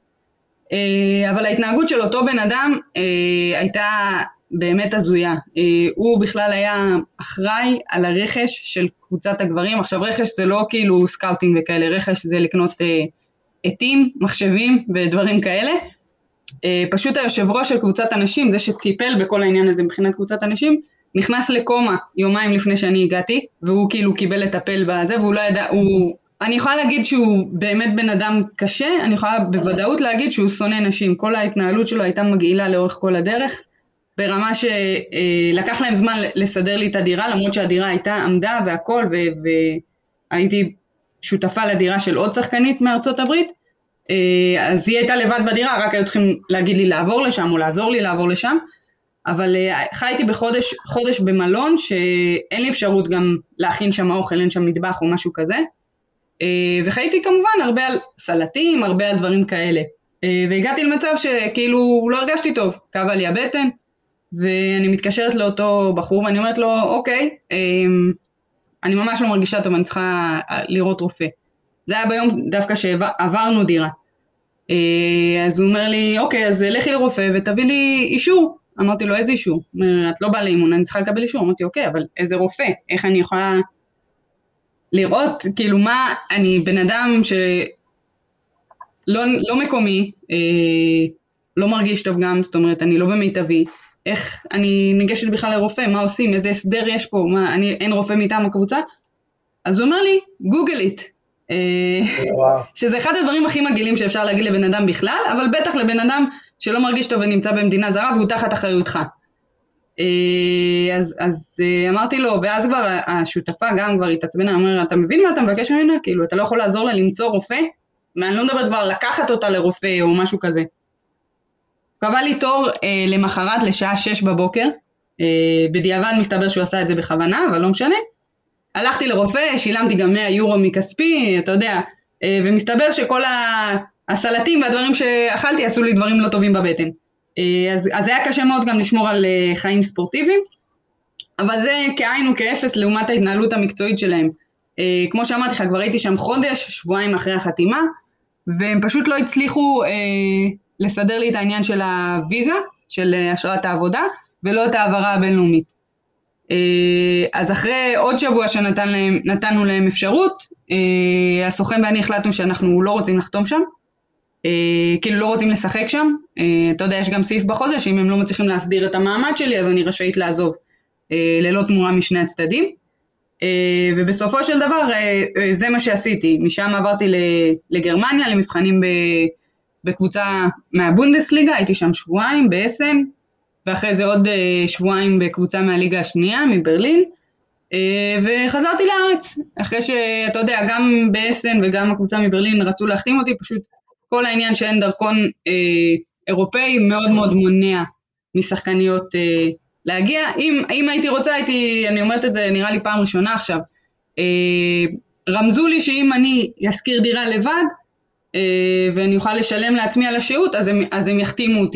אבל ההתנהגות של אותו בן אדם הייתה באמת הזויה. הוא בכלל היה אחראי על הרכש של קבוצת הגברים. עכשיו רכש זה לא כאילו סקאוטינג וכאלה, רכש זה לקנות עתים, מחשבים ודברים כאלה. פשוט היושב ראש של קבוצת אנשים, זה שטיפל בכל העניין הזה מבחינת קבוצת אנשים, נכנס לקומה יומיים לפני שאני הגעתי, והוא כאילו קיבל לטפל בזה, והוא לא ידע, הוא... אני יכולה להגיד שהוא באמת בן אדם קשה, אני יכולה בוודאות להגיד שהוא שונא נשים, כל ההתנהלות שלו הייתה מגעילה לאורך כל הדרך, ברמה שלקח להם זמן לסדר לי את הדירה, למרות שהדירה הייתה עמדה והכל, והייתי שותפה לדירה של עוד שחקנית מארצות הברית, אז היא הייתה לבד בדירה, רק היו צריכים להגיד לי לעבור לשם, או לעזור לי לעבור לשם, אבל חייתי בחודש חודש במלון, שאין לי אפשרות גם להכין שם אוכל, אין שם מטבח או משהו כזה, וחייתי כמובן הרבה על סלטים, הרבה על דברים כאלה, והגעתי למצב שכאילו לא הרגשתי טוב, כאבה לי הבטן, ואני מתקשרת לאותו בחור ואני אומרת לו, אוקיי, אני ממש לא מרגישה טוב, אני צריכה לראות רופא. זה היה ביום דווקא שעברנו דירה. אז הוא אומר לי, אוקיי, אז לכי לרופא ותביא לי אישור. אמרתי לו, איזה אישור? את לא באה לאימון, אני צריכה לקבל אישור. אמרתי, אוקיי, אבל איזה רופא? איך אני יכולה לראות, כאילו מה, אני בן אדם שלא לא מקומי, לא מרגיש טוב גם, זאת אומרת, אני לא במיטבי. איך אני ניגשת בכלל לרופא, מה עושים, איזה הסדר יש פה, מה, אני, אין רופא מטעם הקבוצה? אז הוא אומר לי, גוגל איט. שזה אחד הדברים הכי מגעילים שאפשר להגיד לבן אדם בכלל, אבל בטח לבן אדם שלא מרגיש טוב ונמצא במדינה זרה והוא תחת אחריותך. אז, אז אמרתי לו, ואז כבר השותפה גם כבר התעצבנה, אומר, אתה מבין מה אתה מבקש ממנה? כאילו, אתה לא יכול לעזור לה למצוא רופא? ואני לא מדברת כבר לקחת אותה לרופא או משהו כזה. קבע לי תור אה, למחרת לשעה שש בבוקר, אה, בדיעבד מסתבר שהוא עשה את זה בכוונה, אבל לא משנה. הלכתי לרופא, שילמתי גם מאה יורו מכספי, אתה יודע, אה, ומסתבר שכל הסלטים והדברים שאכלתי עשו לי דברים לא טובים בבטן. אה, אז, אז היה קשה מאוד גם לשמור על אה, חיים ספורטיביים, אבל זה כאין וכאפס לעומת ההתנהלות המקצועית שלהם. אה, כמו שאמרתי לך, כבר הייתי שם חודש, שבועיים אחרי החתימה, והם פשוט לא הצליחו... אה, לסדר לי את העניין של הוויזה, של אשרת העבודה, ולא את העברה הבינלאומית. אז אחרי עוד שבוע שנתנו להם, נתנו להם אפשרות, הסוכן ואני החלטנו שאנחנו לא רוצים לחתום שם, כאילו לא רוצים לשחק שם, אתה יודע, יש גם סעיף בחוזה, שאם הם לא מצליחים להסדיר את המעמד שלי, אז אני רשאית לעזוב ללא תמורה משני הצדדים, ובסופו של דבר זה מה שעשיתי, משם עברתי לגרמניה, למבחנים ב... בקבוצה מהבונדסליגה, הייתי שם שבועיים באסן, ואחרי זה עוד שבועיים בקבוצה מהליגה השנייה, מברלין, וחזרתי לארץ, אחרי שאתה יודע, גם באסן וגם הקבוצה מברלין רצו להחתים אותי, פשוט כל העניין שאין דרכון אירופאי מאוד מאוד מונע משחקניות להגיע, אם, אם הייתי רוצה, הייתי, אני אומרת את זה נראה לי פעם ראשונה עכשיו, רמזו לי שאם אני אזכיר דירה לבד, ואני אוכל לשלם לעצמי על השהות, אז הם, אז הם יחתימו אותי.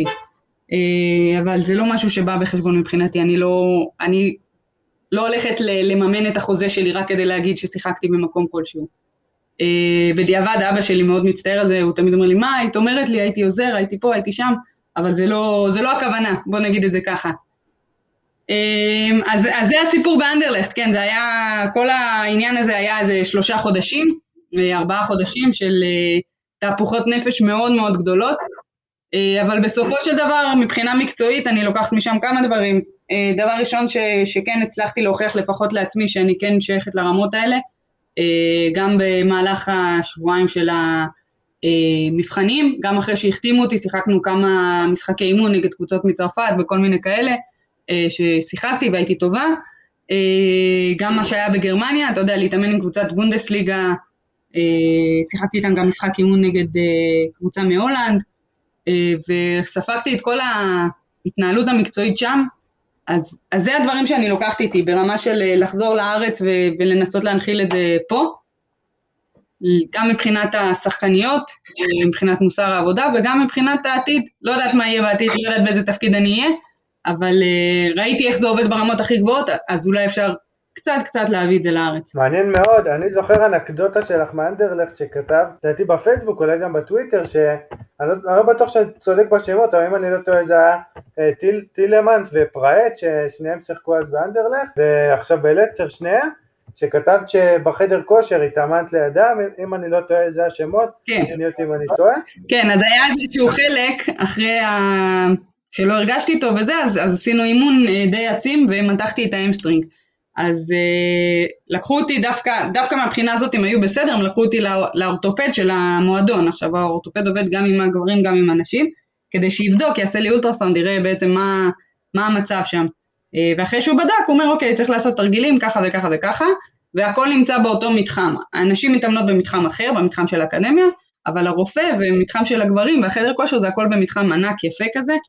אבל זה לא משהו שבא בחשבון מבחינתי, אני לא, אני לא הולכת לממן את החוזה שלי רק כדי להגיד ששיחקתי במקום כלשהו. בדיעבד, אבא שלי מאוד מצטער על זה, הוא תמיד אומר לי, מה, היית אומרת לי, הייתי עוזר, הייתי פה, הייתי שם, אבל זה לא, זה לא הכוונה, בוא נגיד את זה ככה. אז, אז זה הסיפור באנדרלכט, כן, זה היה, כל העניין הזה היה איזה שלושה חודשים, ארבעה חודשים של תהפוכות נפש מאוד מאוד גדולות, אבל בסופו של דבר, מבחינה מקצועית, אני לוקחת משם כמה דברים. דבר ראשון ש, שכן הצלחתי להוכיח לפחות לעצמי, שאני כן שייכת לרמות האלה, גם במהלך השבועיים של המבחנים, גם אחרי שהחתימו אותי, שיחקנו כמה משחקי אימון נגד קבוצות מצרפת וכל מיני כאלה, ששיחקתי והייתי טובה, גם מה שהיה בגרמניה, אתה יודע, להתאמן עם קבוצת בונדסליגה, שיחקתי איתם גם משחק אימון נגד קבוצה מהולנד, וספגתי את כל ההתנהלות המקצועית שם, אז, אז זה הדברים שאני לוקחת איתי, ברמה של לחזור לארץ ו- ולנסות להנחיל את זה פה, גם מבחינת השחקניות, מבחינת מוסר העבודה, וגם מבחינת העתיד, לא יודעת מה יהיה בעתיד, לא יודעת באיזה תפקיד אני אהיה, אבל ראיתי איך זה עובד ברמות הכי גבוהות, אז אולי אפשר קצת קצת להביא את זה לארץ. מעניין מאוד, אני זוכר אנקדוטה שלך מאנדרלכט שכתב, לדעתי בפייסבוק, אולי גם בטוויטר, שאני לא, לא בטוח שאני צודק בשמות, אבל אם אני לא טועה זה היה טיל, טילמנס ופרעט, ששניהם שיחקו אז באנדרלכט, ועכשיו בלסטר שניהם, שכתבת שבחדר כושר התאמנת לידם, אם אני לא טועה זה השמות, כן. תשני אותי אם אני טועה. כן, אז היה איזשהו חלק אחרי ה... שלא הרגשתי טוב וזה, אז, אז עשינו אימון די עצים ומתחתי את האמסטרינג. אז uh, לקחו אותי דווקא, דווקא מהבחינה הזאת הם היו בסדר, הם לקחו אותי לא, לאורתופד של המועדון, עכשיו האורתופד עובד גם עם הגברים גם עם הנשים, כדי שיבדוק, יעשה לי אולטרסאונד, יראה בעצם מה, מה המצב שם, uh, ואחרי שהוא בדק הוא אומר אוקיי צריך לעשות תרגילים ככה וככה וככה, והכל נמצא באותו מתחם, האנשים מתאמנות במתחם אחר, במתחם של האקדמיה, אבל הרופא ומתחם של הגברים והחדר כושר זה הכל במתחם ענק יפה כזה,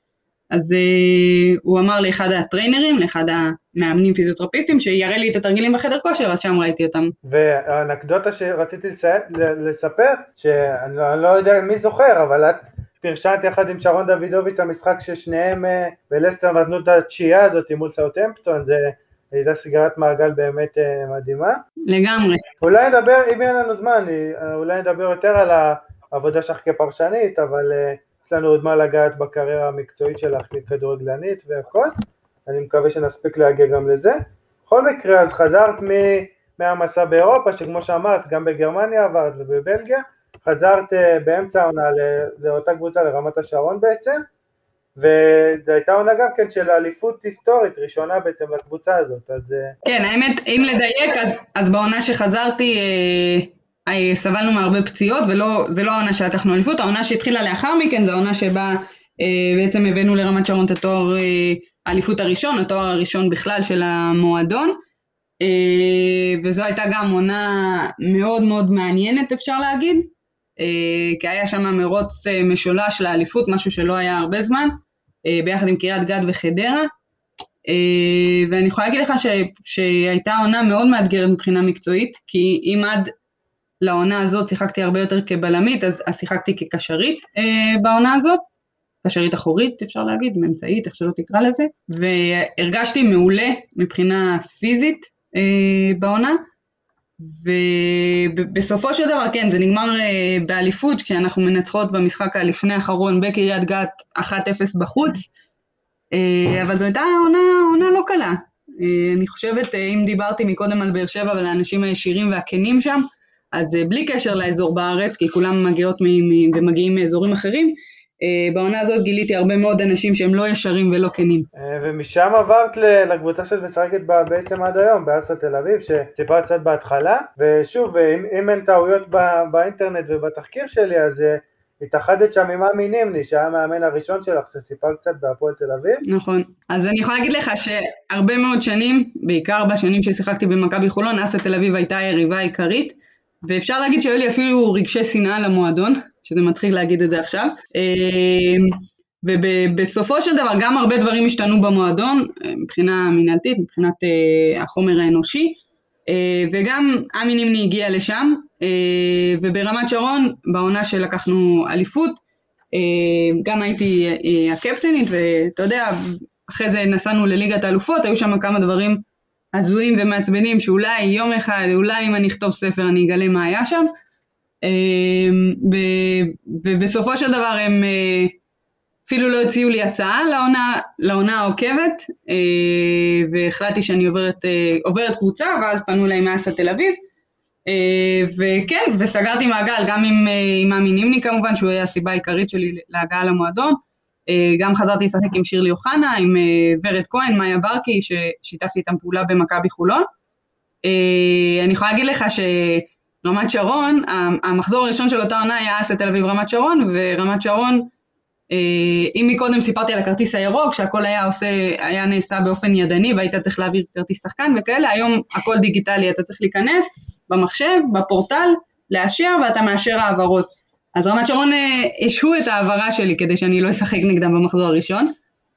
אז uh, הוא אמר לאחד הטריינרים, לאחד המאמנים פיזיותרפיסטים, שיראה לי את התרגילים בחדר כושר, אז שם ראיתי אותם. והאנקדוטה שרציתי לספר, שאני לא יודע מי זוכר, אבל את פרשנת יחד עם שרון דוידוביץ' את המשחק ששניהם בלסטר נתנו את התשיעה הזאת מול סאות'המפטון, זה הייתה סגירת מעגל באמת מדהימה. לגמרי. אולי נדבר, אם אין לנו זמן, אולי נדבר יותר על העבודה שלך כפרשנית, אבל יש לנו עוד מה לגעת בקריירה המקצועית שלך ככדורגלנית והכל, אני מקווה שנספיק להגיע גם לזה. בכל מקרה, אז חזרת מהמסע באירופה, שכמו שאמרת, גם בגרמניה עברת ובבלגיה, חזרת באמצע העונה לאותה קבוצה, לרמת השרון בעצם, וזו הייתה עונה גם כן של אליפות היסטורית, ראשונה בעצם לקבוצה הזאת. אז כן, האמת, אם לדייק, אז, אז בעונה שחזרתי, אה, אה, סבלנו מהרבה פציעות, וזה לא העונה שלקחנו אליפות, העונה שהתחילה לאחר מכן, זו העונה שבה אה, בעצם הבאנו לרמת שרון את התואר אה, האליפות הראשון, התואר הראשון בכלל של המועדון, אה, וזו הייתה גם עונה מאוד מאוד מעניינת, אפשר להגיד, אה, כי היה שם מרוץ אה, משולש לאליפות, משהו שלא היה הרבה זמן, אה, ביחד עם קריית גת וחדרה, ואני יכולה להגיד לך ש, שהייתה עונה מאוד מאתגרת מבחינה מקצועית, כי אם עד לעונה הזאת שיחקתי הרבה יותר כבלמית, אז, אז שיחקתי כקשרית אה, בעונה הזאת, קשרית אחורית אפשר להגיד, ממצאית, איך שלא תקרא לזה, והרגשתי מעולה מבחינה פיזית אה, בעונה, ובסופו של דבר כן, זה נגמר אה, באליפות, כשאנחנו מנצחות במשחק הלפני האחרון בקריית גת אחת אפס בחוץ, אבל זו הייתה עונה, עונה לא קלה. אני חושבת, אם דיברתי מקודם על באר שבע ועל האנשים הישירים והכנים שם, אז בלי קשר לאזור בארץ, כי כולם מגיעות ומגיעים מאזורים אחרים, בעונה הזאת גיליתי הרבה מאוד אנשים שהם לא ישרים ולא כנים. ומשם עברת לקבוצה שאת משחקת בעצם עד היום, באסה תל אביב, שסיפרת קצת בהתחלה, ושוב, אם אין טעויות באינטרנט ובתחקיר שלי, אז התאחדת שם עם עמי נימני, שהיה המאמן הראשון שלך, שסיפר קצת בהפועל תל אביב. נכון. אז אני יכולה להגיד לך שהרבה מאוד שנים, בעיקר בשנים ששיחקתי במכבי חולון, אסה תל אביב הייתה יריבה עיקרית, ואפשר להגיד שהיו לי אפילו רגשי שנאה למועדון, שזה מתחיל להגיד את זה עכשיו, ובסופו של דבר גם הרבה דברים השתנו במועדון, מבחינה מנהלתית, מבחינת החומר האנושי, וגם עמי נימני הגיע לשם, וברמת שרון, בעונה שלקחנו אליפות, גם הייתי הקפטנית, ואתה יודע, אחרי זה נסענו לליגת האלופות, היו שם כמה דברים הזויים ומעצבנים, שאולי יום אחד, אולי אם אני אכתוב ספר אני אגלה מה היה שם, ובסופו של דבר הם אפילו לא הציעו לי הצעה לעונה, לעונה העוקבת, והחלטתי שאני עוברת, עוברת קבוצה, ואז פנו אליי מאסה תל אביב, וכן, וסגרתי מעגל גם עם, עם עמי נימני כמובן, שהוא היה הסיבה העיקרית שלי להגעה למועדון, גם חזרתי לשחק עם שירלי אוחנה, עם ורד כהן, מאיה ברקי, ששיתפתי איתם פעולה במכבי חולון. אני יכולה להגיד לך שרמת שרון, המחזור הראשון של אותה עונה היה אסה תל אביב רמת שרון, ורמת שרון, אם מקודם סיפרתי על הכרטיס הירוק, שהכל היה עושה, היה נעשה באופן ידני, והיית צריך להעביר כרטיס שחקן וכאלה, היום הכל דיגיטלי, אתה צריך להיכנס במחשב, בפורטל, לאשר, ואתה מאשר העברות. אז רמת שרון השהו את העברה שלי, כדי שאני לא אשחק נגדם במחזור הראשון,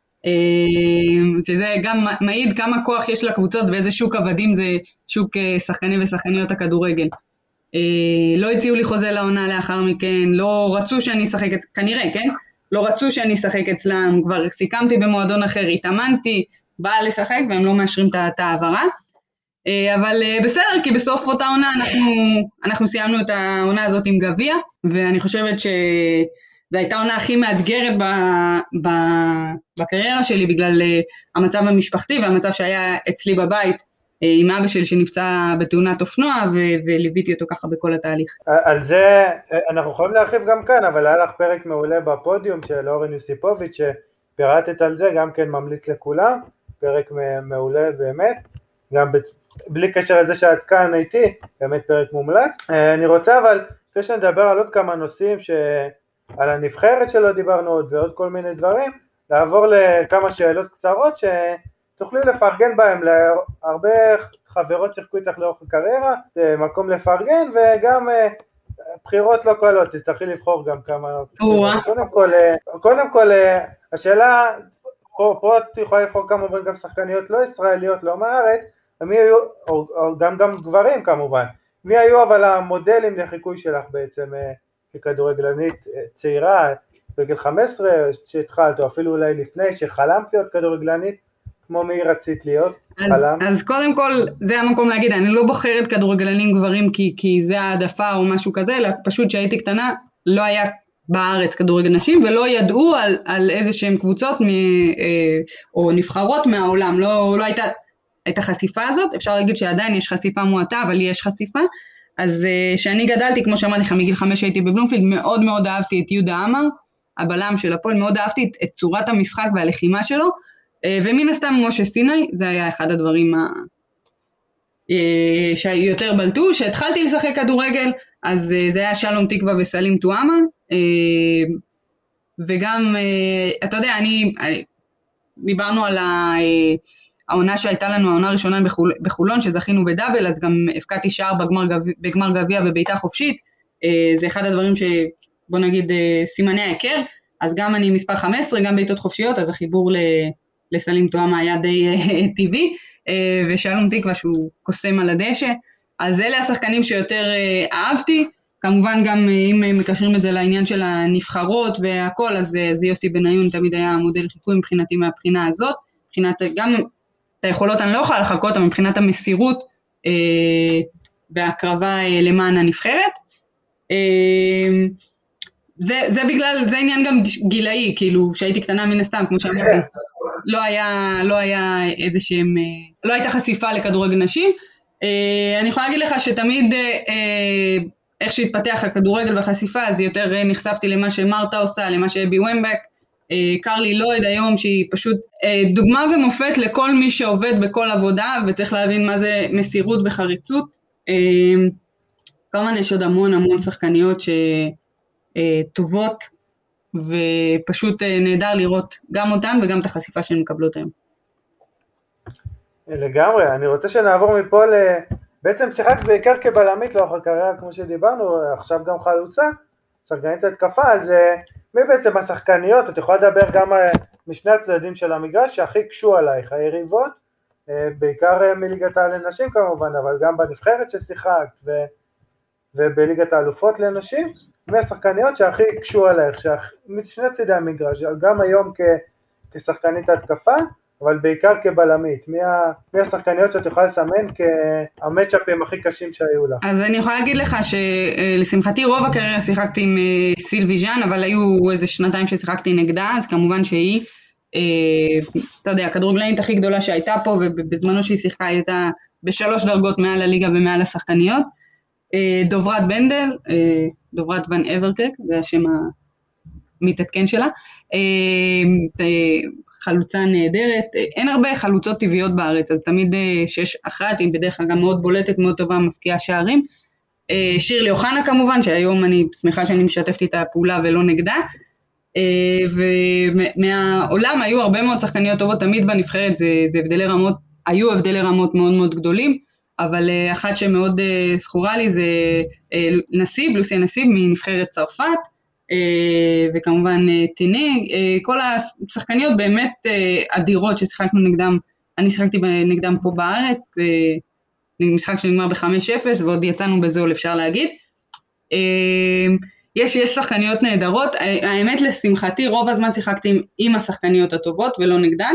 שזה גם מעיד כמה כוח יש לקבוצות, ואיזה שוק עבדים זה שוק שחקנים ושחקניות הכדורגל. לא הציעו לי חוזה לעונה לאחר מכן, לא רצו שאני אשחק, כנראה, כן? לא רצו שאני אשחק אצלם, כבר סיכמתי במועדון אחר, התאמנתי, באה לשחק, והם לא מאשרים את העברה. אבל בסדר, כי בסוף אותה עונה אנחנו, אנחנו סיימנו את העונה הזאת עם גביע, ואני חושבת שזו הייתה העונה הכי מאתגרת ב, ב, בקריירה שלי, בגלל המצב המשפחתי והמצב שהיה אצלי בבית, עם אבא שלי שנפצע בתאונת אופנוע, ו- וליוויתי אותו ככה בכל התהליך. על זה אנחנו יכולים להרחיב גם כאן, אבל היה לך פרק מעולה בפודיום של אורן יוסיפוביץ' שפירטת על זה, גם כן ממליץ לכולם, פרק מעולה באמת, גם בלי קשר לזה שאת כאן איתי, באמת פרק מומלץ. אני רוצה אבל, לפני שנדבר על עוד כמה נושאים, על הנבחרת שלא דיברנו עוד ועוד כל מיני דברים, לעבור לכמה שאלות קצרות שתוכלי לפרגן בהם, להרבה חברות שיחקו איתך לאורך הקריירה, מקום לפרגן וגם בחירות לא קלות, תצטרכי לבחור גם כמה. קודם כל, קודם כל, השאלה פה, פה את יכולה לבחור כמובן גם שחקניות לא ישראליות, לא מהארץ, ומי היו, או, או גם, גם גברים כמובן, מי היו אבל המודלים לחיקוי שלך בעצם ככדורגלנית צעירה, בגיל חמש עשרה שהתחלת, או אפילו אולי לפני, שחלמת להיות כדורגלנית, כמו מי רצית להיות? אז, אז קודם כל, זה המקום להגיד, אני לא בוחרת כדורגלנים גברים כי, כי זה העדפה או משהו כזה, אלא פשוט שהייתי קטנה, לא היה בארץ כדורגל נשים, ולא ידעו על, על איזה שהם קבוצות מ, או נבחרות מהעולם, לא, לא הייתה, הייתה חשיפה הזאת, אפשר להגיד שעדיין יש חשיפה מועטה, אבל יש חשיפה, אז שאני גדלתי, כמו שאמרתי לך, מגיל חמש הייתי בבלומפילד, מאוד מאוד אהבתי את יהודה עמר, הבלם של הפועל, מאוד אהבתי את, את צורת המשחק והלחימה שלו, ומן הסתם משה סיני, זה היה אחד הדברים שיותר בלטו, שהתחלתי לשחק כדורגל, אז זה היה שלום תקווה וסלים טועמה, וגם, אתה יודע, אני, דיברנו על העונה שהייתה לנו, העונה הראשונה בחולון, שזכינו בדאבל, אז גם הפקעתי שער בגמר גביע בביתה חופשית, זה אחד הדברים שבוא נגיד סימני ההיכר, אז גם אני מספר חמש עשרה, גם בעיטות חופשיות, אז החיבור ל... לסלים טועמה היה די טבעי, ושלום תקווה שהוא קוסם על הדשא, אז אלה השחקנים שיותר אהבתי, כמובן גם אם מקשרים את זה לעניין של הנבחרות והכל, אז זה יוסי בניון תמיד היה מודל חיקוי מבחינתי מהבחינה הזאת, מבחינת גם את היכולות אני לא יכולה לחכות, אבל מבחינת המסירות והקרבה למען הנבחרת, זה, זה בגלל, זה עניין גם גילאי, כאילו שהייתי קטנה מן הסתם, כמו שאמרתי, לא היה, לא היה איזה שהם, לא הייתה חשיפה לכדורגל נשים. אני יכולה להגיד לך שתמיד איך שהתפתח הכדורגל והחשיפה, אז יותר נחשפתי למה שמרתה עושה, למה שאבי ומבק, קרלי לויד היום, שהיא פשוט דוגמה ומופת לכל מי שעובד בכל עבודה, וצריך להבין מה זה מסירות וחריצות. כמובן יש עוד המון המון שחקניות שטובות, ופשוט נהדר לראות גם אותן וגם את החשיפה שהן מקבלות היום. לגמרי, אני רוצה שנעבור מפה ל... בעצם שיחקת בעיקר כבלמית לאחר קריירה, כמו שדיברנו, עכשיו גם חלוצה, שחקנית התקפה, אז מי בעצם השחקניות, את יכולה לדבר גם משני הצדדים של המגרש, שהכי קשו עלייך, היריבות, בעיקר מליגת לנשים כמובן, אבל גם בנבחרת ששיחקת, ו... ובליגת האלופות לנשים, מי השחקניות שהכי קשו עלייך, משני צדי המגרש, גם היום כ... כשחקנית התקפה, אבל בעיקר כבלמית, מי, ה... מי השחקניות שאת יכולה לסמן כהמצ'אפים הכי קשים שהיו לה? אז אני יכולה להגיד לך שלשמחתי רוב הקריירה שיחקתי עם סילבי ז'אן, אבל היו איזה שנתיים ששיחקתי נגדה, אז כמובן שהיא, אה, אתה יודע, הכדורגלנית הכי גדולה שהייתה פה, ובזמנו שהיא שיחקה היא הייתה בשלוש דרגות מעל הליגה ומעל השחקניות, אה, דוברת בנדל, אה, דוברת ון אברקרק, זה השם המתעדכן שלה, אה, חלוצה נהדרת, אין הרבה חלוצות טבעיות בארץ, אז תמיד שיש אחת, היא בדרך כלל גם מאוד בולטת, מאוד טובה, מפקיעה שערים. שירלי אוחנה כמובן, שהיום אני שמחה שאני משתפת איתה פעולה ולא נגדה, ומהעולם היו הרבה מאוד שחקניות טובות, תמיד בנבחרת זה, זה הבדלי רמות, היו הבדלי רמות מאוד מאוד גדולים, אבל אחת שמאוד זכורה לי זה נסיב, לוסיה נסיב מנבחרת צרפת, וכמובן טיני, כל השחקניות באמת אדירות ששיחקנו נגדם, אני שיחקתי נגדם פה בארץ, משחק שנגמר ב-חמש אפס ועוד יצאנו בזול אפשר להגיד. יש, יש שחקניות נהדרות, האמת לשמחתי רוב הזמן שיחקתי עם השחקניות הטובות ולא נגדן,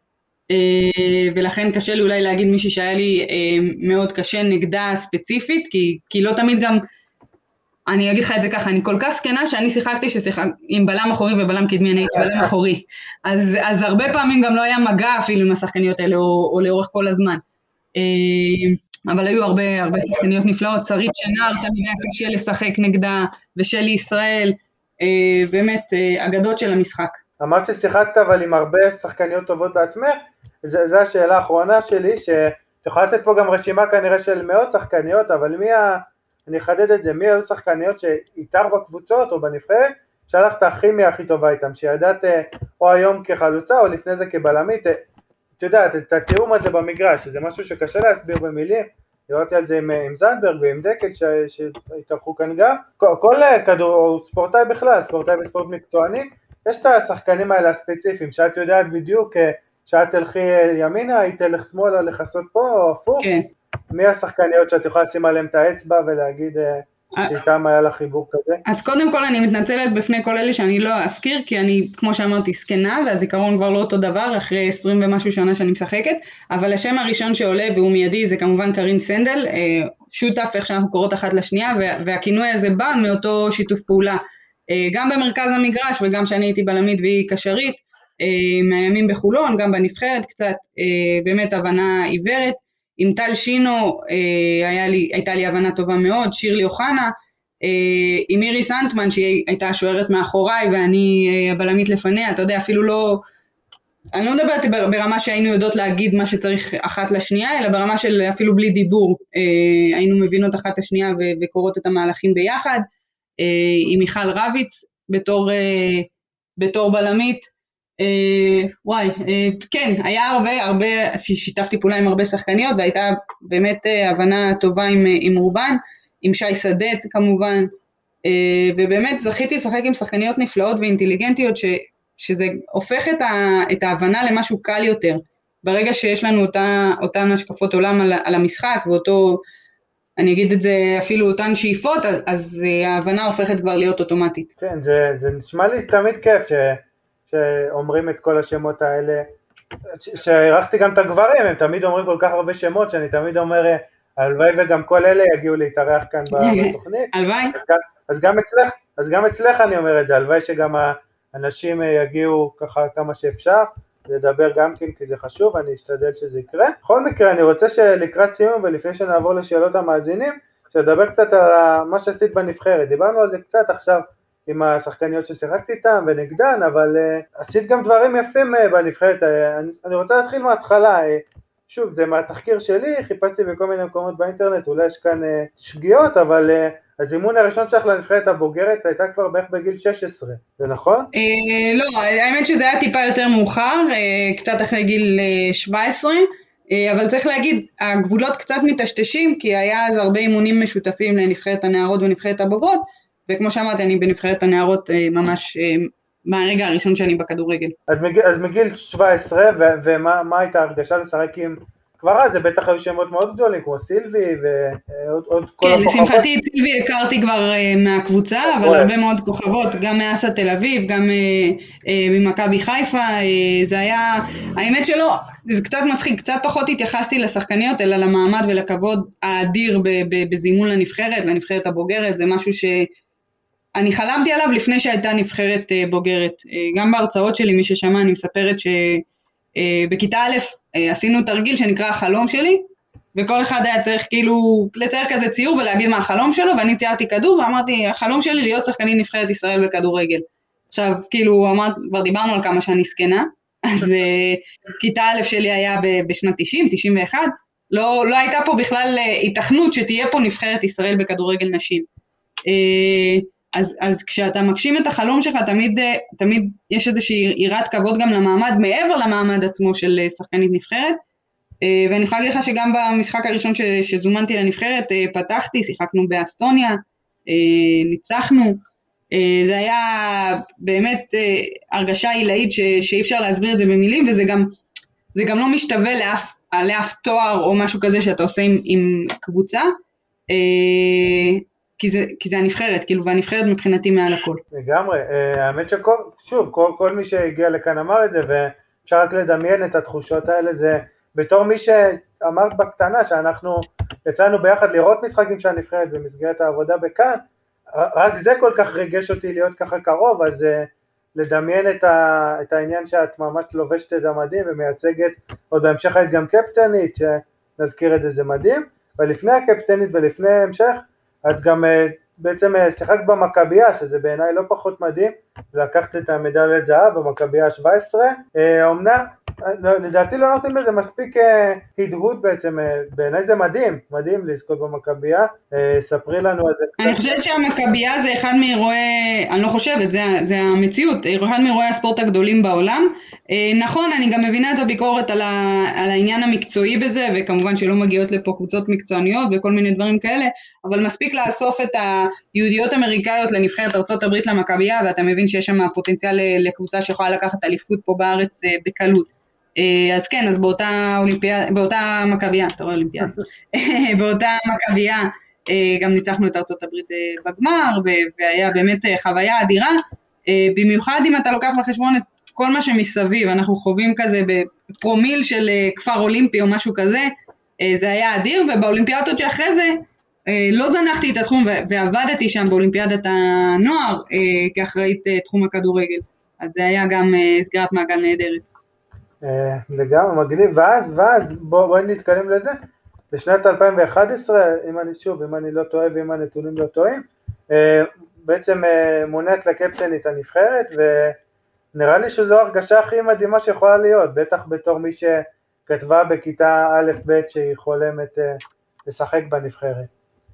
ולכן קשה לי אולי להגיד מישהי שהיה לי מאוד קשה נגדה ספציפית, כי, כי לא תמיד גם, אני אגיד לך את זה ככה, אני כל כך סקנה שאני שיחקתי ששיחק עם בלם אחורי ובלם קדמי, אני הייתי בלם אחורי. אז, אז הרבה פעמים גם לא היה מגע אפילו עם השחקניות האלה, או, או לאורך כל הזמן. אבל היו הרבה, הרבה שחקניות נפלאות, שרית שנר, תמיד היה קשה לשחק נגדה, ושלי ישראל, באמת אגדות של המשחק. אמרת ששיחקת אבל עם הרבה שחקניות טובות בעצמך, זו השאלה האחרונה שלי, שתוכל לתת פה גם רשימה כנראה של מאות שחקניות, אבל מי ה... אני אחדד את זה, מי היו שחקניות שאיתך בקבוצות או בנבחרת, שהלכת הכימיה הכי טובה איתם, שידעת או היום כחלוצה או לפני זה כבלמית, את יודעת, את התיאום הזה במגרש, שזה משהו שקשה להסביר במילים, דיברתי על זה עם, עם זנדברג ועם דקל שהתארחו כאן גם, כל, כל כדור, או ספורטאי בכלל, ספורטאי בספורט מקצועני, יש את השחקנים האלה הספציפיים, שאת יודעת בדיוק, שאת תלכי ימינה, היא תלך שמאלה לחסות פה, או הפוך, כן. מי השחקניות שאת יכולה לשים עליהם את האצבע ולהגיד שאיתם היה לה חיבור כזה? אז קודם כל אני מתנצלת בפני כל אלה שאני לא אזכיר, כי אני, כמו שאמרתי, סקנה, והזיכרון כבר לא אותו דבר, אחרי עשרים ומשהו שנה שאני משחקת, אבל השם הראשון שעולה והוא מיידי זה כמובן קרין סנדל, שותף איך שאנחנו קוראות אחת לשנייה, והכינוי הזה בא מאותו שיתוף פעולה, גם במרכז המגרש וגם שאני הייתי בלמית והיא קשרית, מהימים בחולון, גם בנבחרת קצת, באמת הבנה עיוורת, עם טל שינו היה לי, הייתה לי הבנה טובה מאוד, שירלי אוחנה, עם איריס אנטמן שהיא הייתה שוערת מאחוריי ואני הבלמית לפניה, אתה יודע, אפילו לא, אני לא מדברת ברמה שהיינו יודעות להגיד מה שצריך אחת לשנייה, אלא ברמה של אפילו בלי דיבור, היינו מבינות אחת לשנייה וקורות את המהלכים ביחד, עם מיכל רביץ בתור, בתור בלמית, Uh, וואי, uh, כן, היה הרבה, הרבה, שיתפתי פעולה עם הרבה שחקניות, והייתה באמת uh, הבנה טובה עם, עם רובן, עם שי סדט כמובן, uh, ובאמת זכיתי לשחק עם שחקניות נפלאות ואינטליגנטיות, ש, שזה הופך את, ה, את ההבנה למשהו קל יותר, ברגע שיש לנו אותה, אותן השקפות עולם על, על המשחק, ואותו, אני אגיד את זה, אפילו אותן שאיפות, אז, אז uh, ההבנה הופכת כבר להיות אוטומטית. כן, זה, זה נשמע לי תמיד כיף, ש... שאומרים את כל השמות האלה, שהערכתי גם את הגברים, הם תמיד אומרים כל כך הרבה שמות, שאני תמיד אומר, הלוואי וגם כל אלה יגיעו להתארח כאן בתוכנית. הלוואי. אז גם אצלך, אז גם אצלך אני אומר את זה, הלוואי שגם האנשים יגיעו ככה כמה שאפשר, לדבר גם כן, כי זה חשוב, אני אשתדל שזה יקרה. בכל מקרה, אני רוצה שלקראת סיום, ולפני שנעבור לשאלות המאזינים, שתדבר קצת על מה שעשית בנבחרת, דיברנו על זה קצת עכשיו, עם השחקניות ששיחקתי איתם ונגדן, אבל uh, עשית גם דברים יפים uh, בנבחרת, uh, אני, אני רוצה להתחיל מההתחלה, uh, שוב, זה מהתחקיר שלי, חיפשתי בכל מיני מקומות באינטרנט, אולי יש כאן uh, שגיאות, אבל uh, הזימון הראשון שלך לנבחרת הבוגרת הייתה כבר בערך בגיל שש עשרה, זה נכון? Uh, לא, האמת שזה היה טיפה יותר מאוחר, uh, קצת אחרי גיל uh, שבע עשרה, uh, אבל צריך להגיד, הגבולות קצת מטשטשים, כי היה אז הרבה אימונים משותפים לנבחרת הנערות ונבחרת הבוגרות, וכמו שאמרתי, אני בנבחרת הנערות ממש מהרגע הראשון שאני בכדורגל. אז מגיל, אז מגיל שבע עשרה, ו- ומה מה הייתה הרגשה לשחק עם, כבר אז זה בטח היו שמות מאוד גדולים, כמו סילבי ועוד עוד כל כן, הכוכבות. לשמחתי את סילבי הכרתי כבר uh, מהקבוצה, אבל הרבה it. מאוד כוכבות, גם מאסה תל אביב, גם uh, uh, ממכבי חיפה, uh, זה היה, האמת שלא, זה קצת מצחיק, קצת פחות התייחסתי לשחקניות, אלא למעמד ולכבוד האדיר ב- ב- בזימון לנבחרת, לנבחרת הבוגרת, זה משהו ש... אני חלמתי עליו לפני שהייתה נבחרת בוגרת, גם בהרצאות שלי, מי ששמע, אני מספרת שבכיתה א' עשינו תרגיל שנקרא החלום שלי, וכל אחד היה צריך כאילו לצייר כזה ציור ולהגיד מה החלום שלו, ואני ציירתי כדור ואמרתי, החלום שלי להיות שחקנית נבחרת ישראל בכדורגל. עכשיו, כאילו, אמר, כבר דיברנו על כמה שאני סקנה, אז כיתה א' שלי היה בשנת תשעים, תשעים ואחת, לא, לא הייתה פה בכלל התכנות שתהיה פה נבחרת ישראל בכדורגל נשים. אז, אז כשאתה מגשים את החלום שלך, תמיד, תמיד יש איזושהי יראת כבוד גם למעמד, מעבר למעמד עצמו של שחקנית נבחרת, ואני יכולה להגיד לך שגם במשחק הראשון ש, שזומנתי לנבחרת, פתחתי, שיחקנו באסטוניה, ניצחנו, זה היה באמת הרגשה עילאית ש, שאי אפשר להסביר את זה במילים, וזה גם, זה גם לא משתווה לאף, לאף תואר או משהו כזה שאתה עושה עם, עם קבוצה, כי זה, כי זה הנבחרת, כאילו, והנבחרת מבחינתי מעל הכל. לגמרי, האמת שכל, שוב, כל, כל מי שהגיע לכאן אמר את זה, ואפשר רק לדמיין את התחושות האלה, זה בתור מי שאמרת בקטנה, שאנחנו יצאנו ביחד לראות משחקים של הנבחרת במסגרת העבודה בכאן, רק זה כל כך ריגש אותי להיות ככה קרוב, אז לדמיין את, ה, את העניין שאת ממש לובשת את המדים ומייצגת, עוד בהמשך היית גם קפטנית, שנזכיר את זה, זה מדהים, ולפני הקפטנית ולפני המשך, את גם בעצם שיחקת במכבייה, שזה בעיניי לא פחות מדהים, לקחת את המדליית זהב במכבייה ה-שבע עשרה, אומנם לדעתי לא נותנים לזה מספיק הדהוד בעצם, בעיניי זה מדהים, מדהים לזכות במכבייה, ספרי לנו על זה. אני חושבת שהמכבייה זה אחד מאירועי, אני לא חושבת, זה, זה המציאות, אחד מאירועי הספורט הגדולים בעולם. נכון, אני גם מבינה את הביקורת על, ה, על העניין המקצועי בזה, וכמובן שלא מגיעות לפה קבוצות מקצועניות וכל מיני דברים כאלה, אבל מספיק לאסוף את היהודיות אמריקאיות לנבחרת ארצות הברית למכבייה, ואתה מבין שיש שם פוטנציאל לקבוצה שיכולה לקחת אליפות פה בארץ בקלות. אז כן, אז באותה אולימפיאדה, באותה מכבייה, אתה רואה אולימפיאדה, באותה מכבייה, גם ניצחנו את ארצות הברית בגמר, והיה באמת חוויה אדירה, במיוחד אם אתה לוקח בחשבון את כל מה שמסביב, אנחנו חווים כזה בפרומיל של כפר אולימפי או משהו כזה, זה היה אדיר, ובאולימפיאדות שאחרי זה, לא זנחתי את התחום, ועבדתי שם באולימפיאדת הנוער, כאחראית תחום הכדורגל, אז זה היה גם סגירת מעגל נהדרת. לגמרי מגניב, ואז, ואז בואי נתקדם לזה, בשנת אלפיים ואחת עשרה, אם אני שוב, אם אני לא טועה ואם הנתונים לא טועים, בעצם מונית לקפטנית הנבחרת, ונראה לי שזו הרגשה הכי מדהימה שיכולה להיות, בטח בתור מי שכתבה בכיתה א' ב' שהיא חולמת לשחק בנבחרת.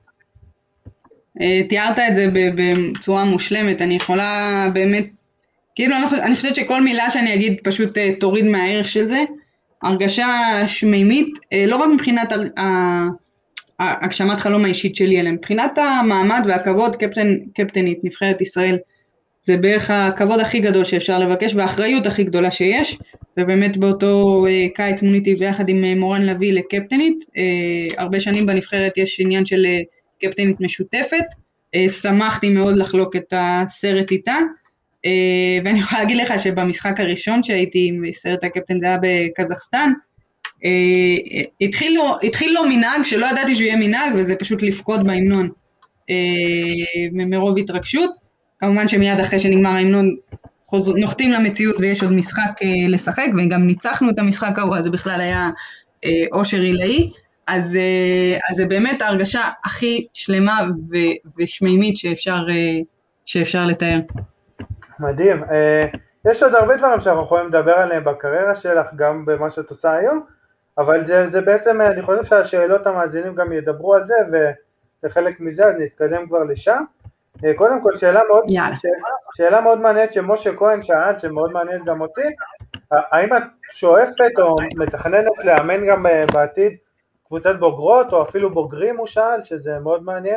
תיארת את זה בצורה מושלמת, אני יכולה באמת, כאילו אני חושבת שכל מילה שאני אגיד פשוט תוריד מהערך של זה, הרגשה שמימית, לא רק מבחינת הגשמת חלום האישית שלי, אלא מבחינת המעמד והכבוד, קפטן, קפטנית, נבחרת ישראל, זה בערך הכבוד הכי גדול שאפשר לבקש, והאחריות הכי גדולה שיש, ובאמת באותו קיץ מוניתי ביחד עם מורן לוי לקפטנית, הרבה שנים בנבחרת יש עניין של קפטנית משותפת, שמחתי מאוד לחלוק את הסרט איתה, Uh, ואני יכולה להגיד לך שבמשחק הראשון שהייתי עם סרט הקפטן זה היה בקזחסטן, uh, התחיל, לו, התחיל לו מנהג שלא ידעתי שהוא יהיה מנהג, וזה פשוט לפקוד בהמנון uh, מרוב התרגשות, כמובן שמיד אחרי שנגמר ההמנון חוז... נוחתים למציאות ויש עוד משחק uh, לשחק, וגם ניצחנו את המשחק ההוא, אז זה בכלל היה uh, אושר עילאי, אז, uh, אז זה באמת ההרגשה הכי שלמה ו- ושמימית שאפשר, uh, שאפשר לתאר. מדהים, יש עוד הרבה דברים שאנחנו יכולים לדבר עליהם בקריירה שלך, גם במה שאת עושה היום, אבל זה, זה בעצם, אני חושב שהשאלות המאזינים גם ידברו על זה, וחלק מזה אז נתקדם כבר לשם. קודם כל, שאלה מאוד, שאלה, שאלה מאוד מעניינת שמשה כהן שאל, שמאוד מעניינת גם אותי, האם את שואפת או מתכננת לאמן גם בעתיד קבוצת בוגרות, או אפילו בוגרים, הוא שאל, שזה מאוד מעניין?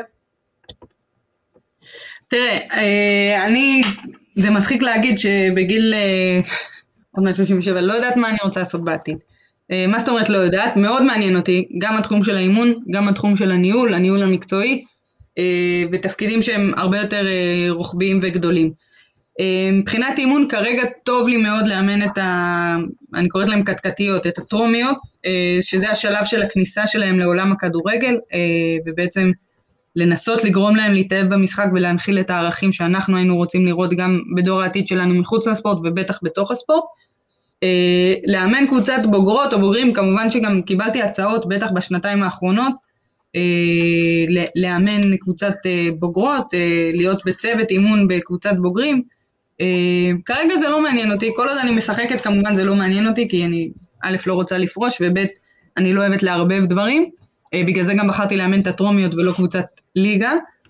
תראה, אני... זה מצחיק להגיד שבגיל עוד מעט שלושים ושבע לא יודעת מה אני רוצה לעשות בעתיד. מה זאת אומרת לא יודעת? מאוד מעניין אותי, גם התחום של האימון, גם התחום של הניהול, הניהול המקצועי, ותפקידים שהם הרבה יותר רוחביים וגדולים. מבחינת אימון כרגע טוב לי מאוד לאמן את ה... אני קוראת להם קטקטיות, את הטרומיות, שזה השלב של הכניסה שלהם לעולם הכדורגל, ובעצם... לנסות לגרום להם להתאהב במשחק ולהנחיל את הערכים שאנחנו היינו רוצים לראות גם בדור העתיד שלנו מחוץ לספורט ובטח בתוך הספורט. לאמן קבוצת בוגרות או בוגרים, כמובן שגם קיבלתי הצעות בטח בשנתיים האחרונות, לאמן קבוצת בוגרות, להיות בצוות אימון בקבוצת בוגרים. כרגע זה לא מעניין אותי, כל עוד אני משחקת כמובן זה לא מעניין אותי, כי אני א' לא רוצה לפרוש וב' אני לא אוהבת לערבב דברים, בגלל זה גם בחרתי לאמן את הטרומיות ולא קבוצת ליגה,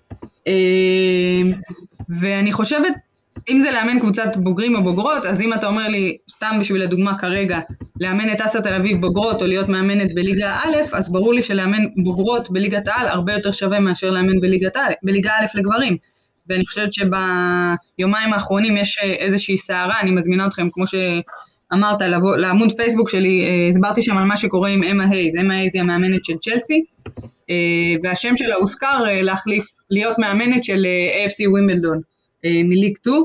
ואני חושבת, אם זה לאמן קבוצת בוגרים או בוגרות, אז אם אתה אומר לי, סתם בשביל הדוגמה כרגע, לאמן את אסת תל אביב בוגרות או להיות מאמנת בליגה א', אז ברור לי שלאמן בוגרות בליגת העל הרבה יותר שווה מאשר לאמן בליגת א', בליגה א' לגברים, ואני חושבת שביומיים האחרונים יש איזושהי סערה, אני מזמינה אתכם, כמו שאמרת, לעמוד פייסבוק שלי, הסברתי שם על מה שקורה עם אמה הייז, אמה הייז היא המאמנת של צ'לסי, והשם שלה הוזכר להחליף, להיות מאמנת של איי אף סי ווימבלדון, מליג שתיים,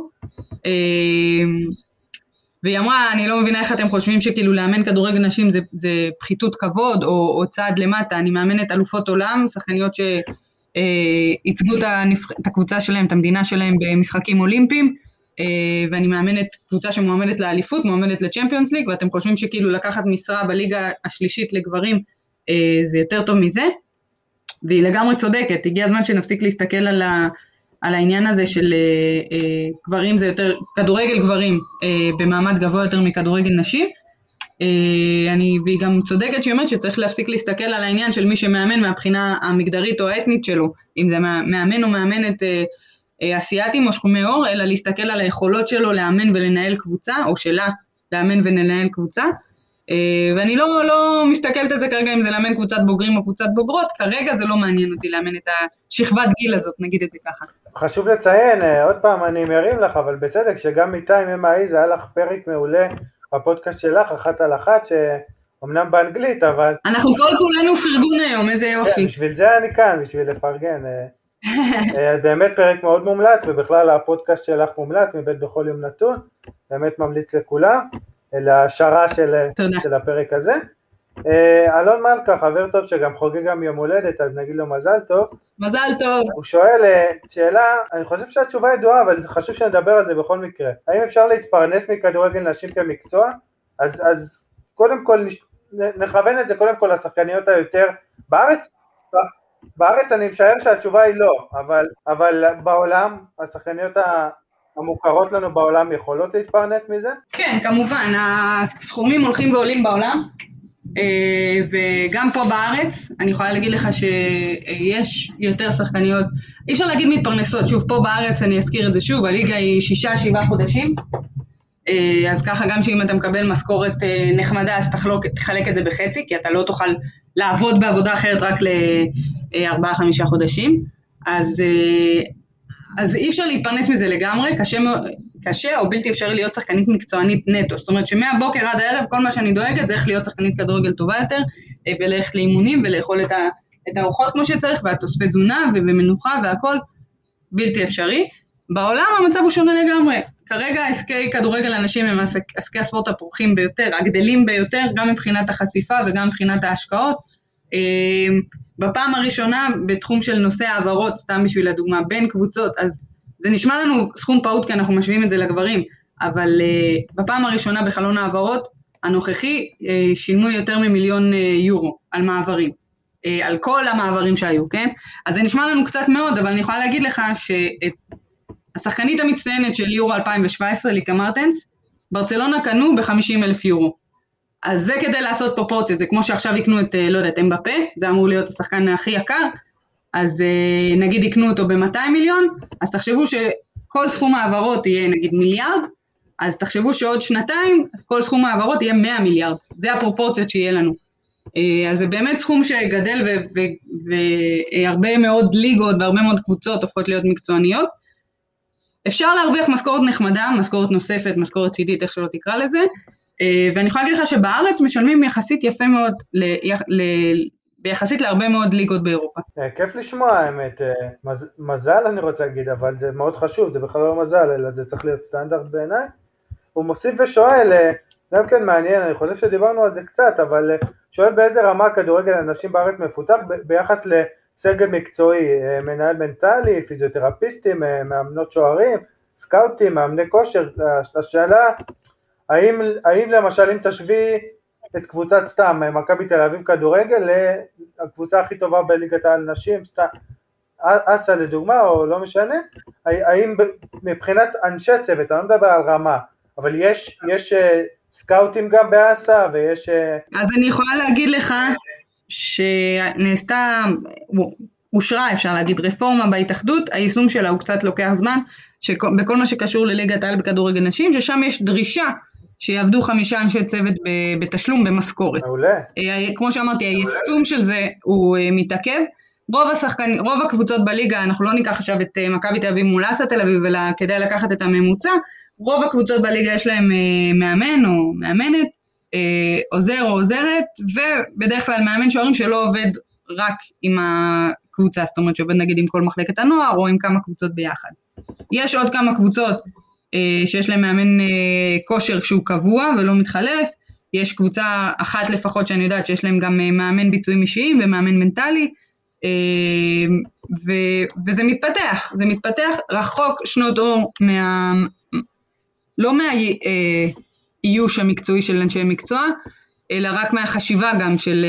והיא אמרה, אני לא מבינה איך אתם חושבים שכאילו לאמן כדורגל נשים זה, זה פחיתות כבוד או, או צעד למטה, אני מאמנת אלופות עולם, שחקניות שהצגו את, הנבח... את הקבוצה שלהם, את המדינה שלהם במשחקים אולימפיים, ואני מאמנת קבוצה שמועמדת לאליפות, מועמדת לצ'מפיונס ליג, ואתם חושבים שכאילו לקחת משרה בליגה השלישית לגברים זה יותר טוב מזה, והיא לגמרי צודקת, הגיע הזמן שנפסיק להסתכל על ה... על העניין הזה של אה, אה, גברים זה יותר, כדורגל גברים אה, במעמד גבוה יותר מכדורגל נשים, אני, והיא גם צודקת שהיא אומרת שצריך להפסיק להסתכל על העניין של מי שמאמן מהבחינה המגדרית או האתנית שלו, אם זה מאמן או מאמנת אסיאטים או שחומי אור, אלא להסתכל על היכולות שלו לאמן ולנהל קבוצה, או שלה לאמן ולנהל קבוצה, ואני לא, לא מסתכלת על זה כרגע אם זה לאמן קבוצת בוגרים או קבוצת בוגרות, כרגע זה לא מעניין אותי לאמן את השכבת גיל הזאת, נגיד את זה ככה. חשוב לציין, עוד פעם אני מרים לך, אבל בצדק שגם איתי עם אמאי זה היה לך פרק מעולה בפודקאסט שלך, אחת על אחת, שאומנם באנגלית, אבל... אנחנו כל כולנו פרגון היום, איזה יופי. בשביל זה אני כאן, בשביל לפרגן. באמת פרק מאוד מומלץ, ובכלל הפודקאסט שלך מומלץ, מבית בכל יום נתון, באמת ממליץ לכולם, להשערה של, של הפרק הזה. אלון מלכה, חבר טוב שגם חוגג גם יום הולדת, אז נגיד לו מזל טוב. מזל טוב. הוא שואל שאלה, אני חושב שהתשובה ידועה, אבל חשוב שנדבר על זה בכל מקרה. האם אפשר להתפרנס מכדורגל נשים כמקצוע? אז, אז קודם כל נכוון את זה קודם כל לשחקניות היותר בארץ. בארץ אני משער שהתשובה היא לא, אבל, אבל בעולם השחקניות המוכרות לנו בעולם יכולות להתפרנס מזה? כן, כמובן, הסכומים הולכים ועולים בעולם, וגם פה בארץ, אני יכולה להגיד לך שיש יותר שחקניות, אי אפשר להגיד מתפרנסות, שוב פה בארץ אני אזכיר את זה שוב, הליגה היא שישה, שבעה חודשים, אז ככה גם שאם אתה מקבל משכורת נחמדה, אז תחלוק, תחלק את זה בחצי, כי אתה לא תוכל לעבוד בעבודה אחרת רק לארבעה, חמישה חודשים, אז, אז אי אפשר להתפרנס מזה לגמרי, קשה, קשה או בלתי אפשרי להיות שחקנית מקצוענית נטו, זאת אומרת שמהבוקר עד הערב כל מה שאני דואגת זה איך להיות שחקנית כדורגל טובה יותר, וללכת לאימונים ולאכול את, ה, את הארוחות כמו שצריך, והתוספי תזונה ומנוחה והכל בלתי אפשרי. בעולם המצב הוא שונה לגמרי, כרגע עסקי כדורגל אנשים הם עסקי הספורט הפורחים ביותר, הגדלים ביותר, גם מבחינת החשיפה וגם מבחינת ההשקעות. בפעם הראשונה בתחום של נושא העברות, סתם בשביל הדוגמה, בין קבוצות, אז זה נשמע לנו סכום פעוט כי אנחנו משווים את זה לגברים, אבל בפעם הראשונה בחלון העברות הנוכחי שילמו יותר ממיליון יורו על מעברים, על כל המעברים שהיו, כן? אז זה נשמע לנו קצת מאוד, אבל אני יכולה להגיד לך שאת השחקנית המצטיינת של יורו אלפיים שבע עשרה, ליקה מרטנס, ברצלונה קנו ב-חמישים אלף יורו. אז זה כדי לעשות פרופורציות, זה כמו שעכשיו יקנו את, לא יודעת, אמבפה, זה אמור להיות השחקן הכי יקר, אז נגיד יקנו אותו ב-מאתיים מיליון, אז תחשבו שכל סכום העברות יהיה נגיד מיליארד, אז תחשבו שעוד שנתיים, כל סכום העברות יהיה מאה מיליארד, זה הפרופורציות שיהיה לנו. אז זה באמת סכום שגדל והרבה מאוד ליגות והרבה מאוד קבוצות הופכות להיות מקצועניות, אפשר להרוויח משכורת נחמדה, משכורת נוספת, משכורת צידית, איך שלא תקרא לזה, ואני יכולה להגיד לך שבארץ משלמים יחסית יפה מאוד, ביחסית להרבה מאוד ליגות באירופה. כיף לשמוע, האמת, מזל אני רוצה להגיד, אבל זה מאוד חשוב, זה בכלל לא מזל, אלא זה צריך להיות סטנדרט בעיניי. הוא מוסיף ושואל, גם כן מעניין, אני חושב שדיברנו על זה קצת, אבל שואל באיזה רמה כדורגל אנשים בארץ מפותח ביחס לסגל מקצועי, מנהל מנטלי, פיזיותרפיסטים, מאמנות שוערים, סקאוטים, מאמני כושר. השאלה, האם, האם למשל אם תשווי את קבוצת סתם, מכבי תל אביב כדורגל, לקבוצה הכי טובה בליגת העל נשים, סתם, אסה לדוגמה, או לא משנה, האם מבחינת אנשי צוות, אני לא מדבר על רמה, אבל יש, יש סקאוטים גם באסה, ויש... אז אני יכולה להגיד לך, שנעשתה, אושרה אפשר להגיד, רפורמה בהתאחדות, היישום שלה הוא קצת לוקח זמן, שבכל מה שקשור לליגת העל בכדורגל נשים, ששם יש דרישה, שיעבדו חמישה אנשי צוות בתשלום, במשכורת. מעולה. כמו שאמרתי, היישום של זה הוא מתעכב, רוב השחקנים, רוב הקבוצות בליגה, אנחנו לא ניקח עכשיו את מכבי תל אביב מול אסה תל אביב, אלא כדי לקחת את הממוצע, רוב הקבוצות בליגה יש להם מאמן או מאמנת, עוזר או עוזרת, ובדרך כלל מאמן שוערים שלא עובד רק עם הקבוצה, זאת אומרת שעובד נגיד עם כל מחלקת הנוער, או עם כמה קבוצות ביחד. יש עוד כמה קבוצות שיש להם מאמן כושר שהוא קבוע ולא מתחלף, יש קבוצה אחת לפחות שאני יודעת שיש להם גם מאמן ביצועים אישיים ומאמן מנטלי, ו- וזה מתפתח, זה מתפתח רחוק שנות אור, מה, לא מהאיוש המקצועי של אנשי מקצוע, אלא רק מהחשיבה גם של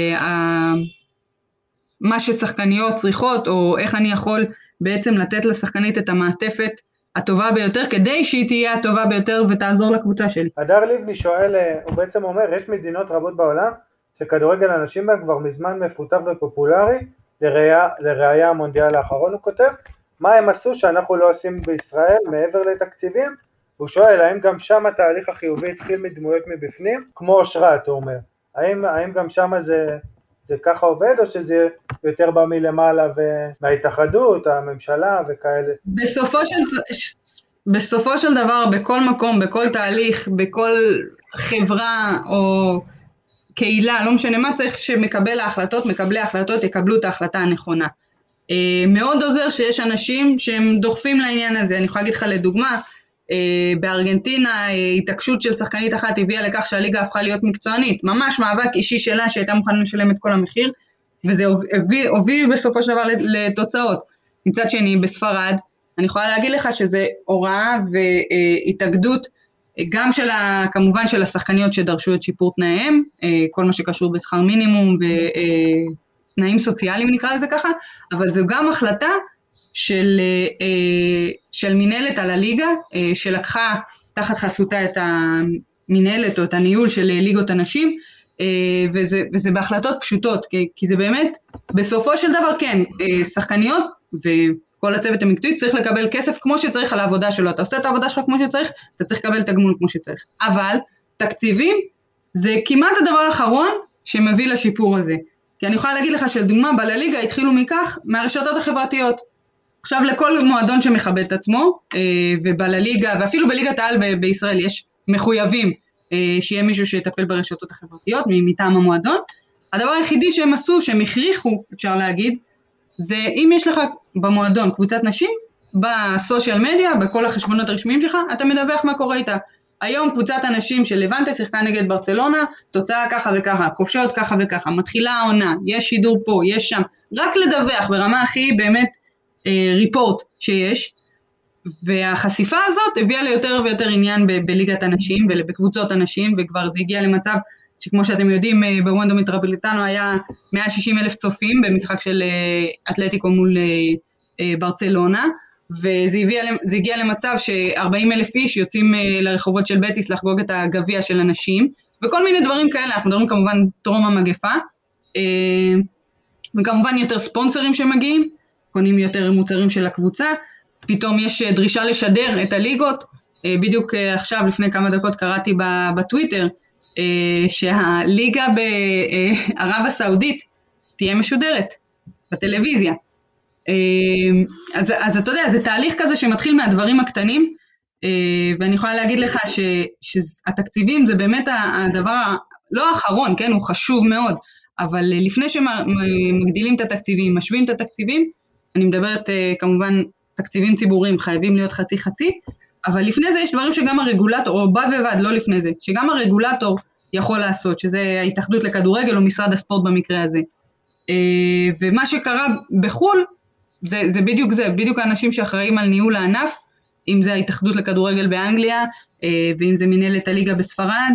מה ששחקניות צריכות, או איך אני יכול בעצם לתת לשחקנית את המעטפת הטובה ביותר, כדי שהיא תהיה הטובה ביותר ותעזור לקבוצה שלי. הדר לבני שואל, הוא בעצם אומר, יש מדינות רבות בעולם שכדורגל הנשים בה כבר מזמן מפותח ופופולרי, לראיה, לראיה המונדיאל האחרון הוא כותב, מה הם עשו שאנחנו לא עושים בישראל מעבר לתקציבים? הוא שואל, האם גם שם התהליך החיובי התחיל מדמויות מבפנים? כמו אושרת, הוא אומר. האם, האם גם שם זה, זה ככה עובד, או שזה יותר בא מלמעלה ומההתאחדות, הממשלה וכאלה? בסופו של, בסופו של דבר, בכל מקום, בכל תהליך, בכל חברה או קהילה, לא משנה מה, צריך שמקבל ההחלטות, מקבלי ההחלטות יקבלו את ההחלטה הנכונה. מאוד עוזר שיש אנשים שהם דוחפים לעניין הזה. אני יכולה להגיד לך לדוגמה, בארגנטינה התעקשות של שחקנית אחת הביאה לכך שהליגה הפכה להיות מקצוענית, ממש מאבק אישי שלה שהייתה מוכנה לשלם את כל המחיר, וזה הוביל, הוביל בסופו של דבר לתוצאות. מצד שני, בספרד, אני יכולה להגיד לך שזה הוראה והתאגדות, גם של ה, כמובן של השחקניות שדרשו את שיפור תנאיהם, כל מה שקשור בשכר מינימום ותנאים סוציאליים נקרא לזה ככה, אבל זו גם החלטה של, של מנהלת על הליגה, שלקחה תחת חסותה את המנהלת או את הניהול של ליגות הנשים, וזה, וזה בהחלטות פשוטות, כי, כי זה באמת, בסופו של דבר כן, שחקניות וכל הצוות המקצועי צריך לקבל כסף כמו שצריך על העבודה שלו, אתה עושה את העבודה שלך כמו שצריך, אתה צריך לקבל תגמול כמו שצריך, אבל תקציבים זה כמעט הדבר האחרון שמביא לשיפור הזה, כי אני יכולה להגיד לך שלדוגמה בלליגה התחילו מכך מהרשתות החברתיות, עכשיו לכל מועדון שמכבד את עצמו, ובלליגה ואפילו בליגת העל ב- בישראל יש מחויבים שיהיה מישהו שיטפל ברשתות החברתיות מטעם המועדון, הדבר היחידי שהם עשו, שהם הכריחו אפשר להגיד, זה אם יש לך במועדון קבוצת נשים, בסושיאל מדיה, בכל החשבונות הרשמיים שלך, אתה מדווח מה קורה איתה. היום קבוצת הנשים של לבנטה שיחקה נגד ברצלונה, תוצאה ככה וככה, כובשות ככה וככה, מתחילה העונה, יש שידור פה, יש שם, רק לדווח ברמה הכי באמת אה, ריפורט שיש, והחשיפה הזאת הביאה ליותר ויותר עניין ב- בליגת הנשים ובקבוצות הנשים, וכבר זה הגיע למצב שכמו שאתם יודעים, בוונדו מטרופוליטנו היה מאה ושישים אלף צופים במשחק של אתלטיקו מול ברצלונה, וזה הגיע, זה הגיע למצב ש-ארבעים אלף איש יוצאים לרחובות של בטיס לחגוג את הגביע של הנשים, וכל מיני דברים כאלה, אנחנו מדברים כמובן טרום המגפה, וכמובן יותר ספונסרים שמגיעים, קונים יותר מוצרים של הקבוצה, פתאום יש דרישה לשדר את הליגות, בדיוק עכשיו לפני כמה דקות קראתי בטוויטר, שהליגה בערב הסעודית תהיה משודרת בטלוויזיה. אז, אז אתה יודע, זה תהליך כזה שמתחיל מהדברים הקטנים, ואני יכולה להגיד לך ש, שהתקציבים זה באמת הדבר לא האחרון, כן, הוא חשוב מאוד, אבל לפני שמגדילים את התקציבים, משווים את התקציבים, אני מדברת כמובן תקציבים ציבוריים חייבים להיות חצי חצי, אבל לפני זה יש דברים שגם הרגולטור, או בא ובד, לא לפני זה, שגם הרגולטור יכול לעשות, שזה ההתאחדות לכדורגל או משרד הספורט במקרה הזה. ומה שקרה בחול, זה, זה בדיוק זה, בדיוק האנשים שאחראים על ניהול הענף, אם זה ההתאחדות לכדורגל באנגליה, ואם זה מנהלת הליגה בספרד,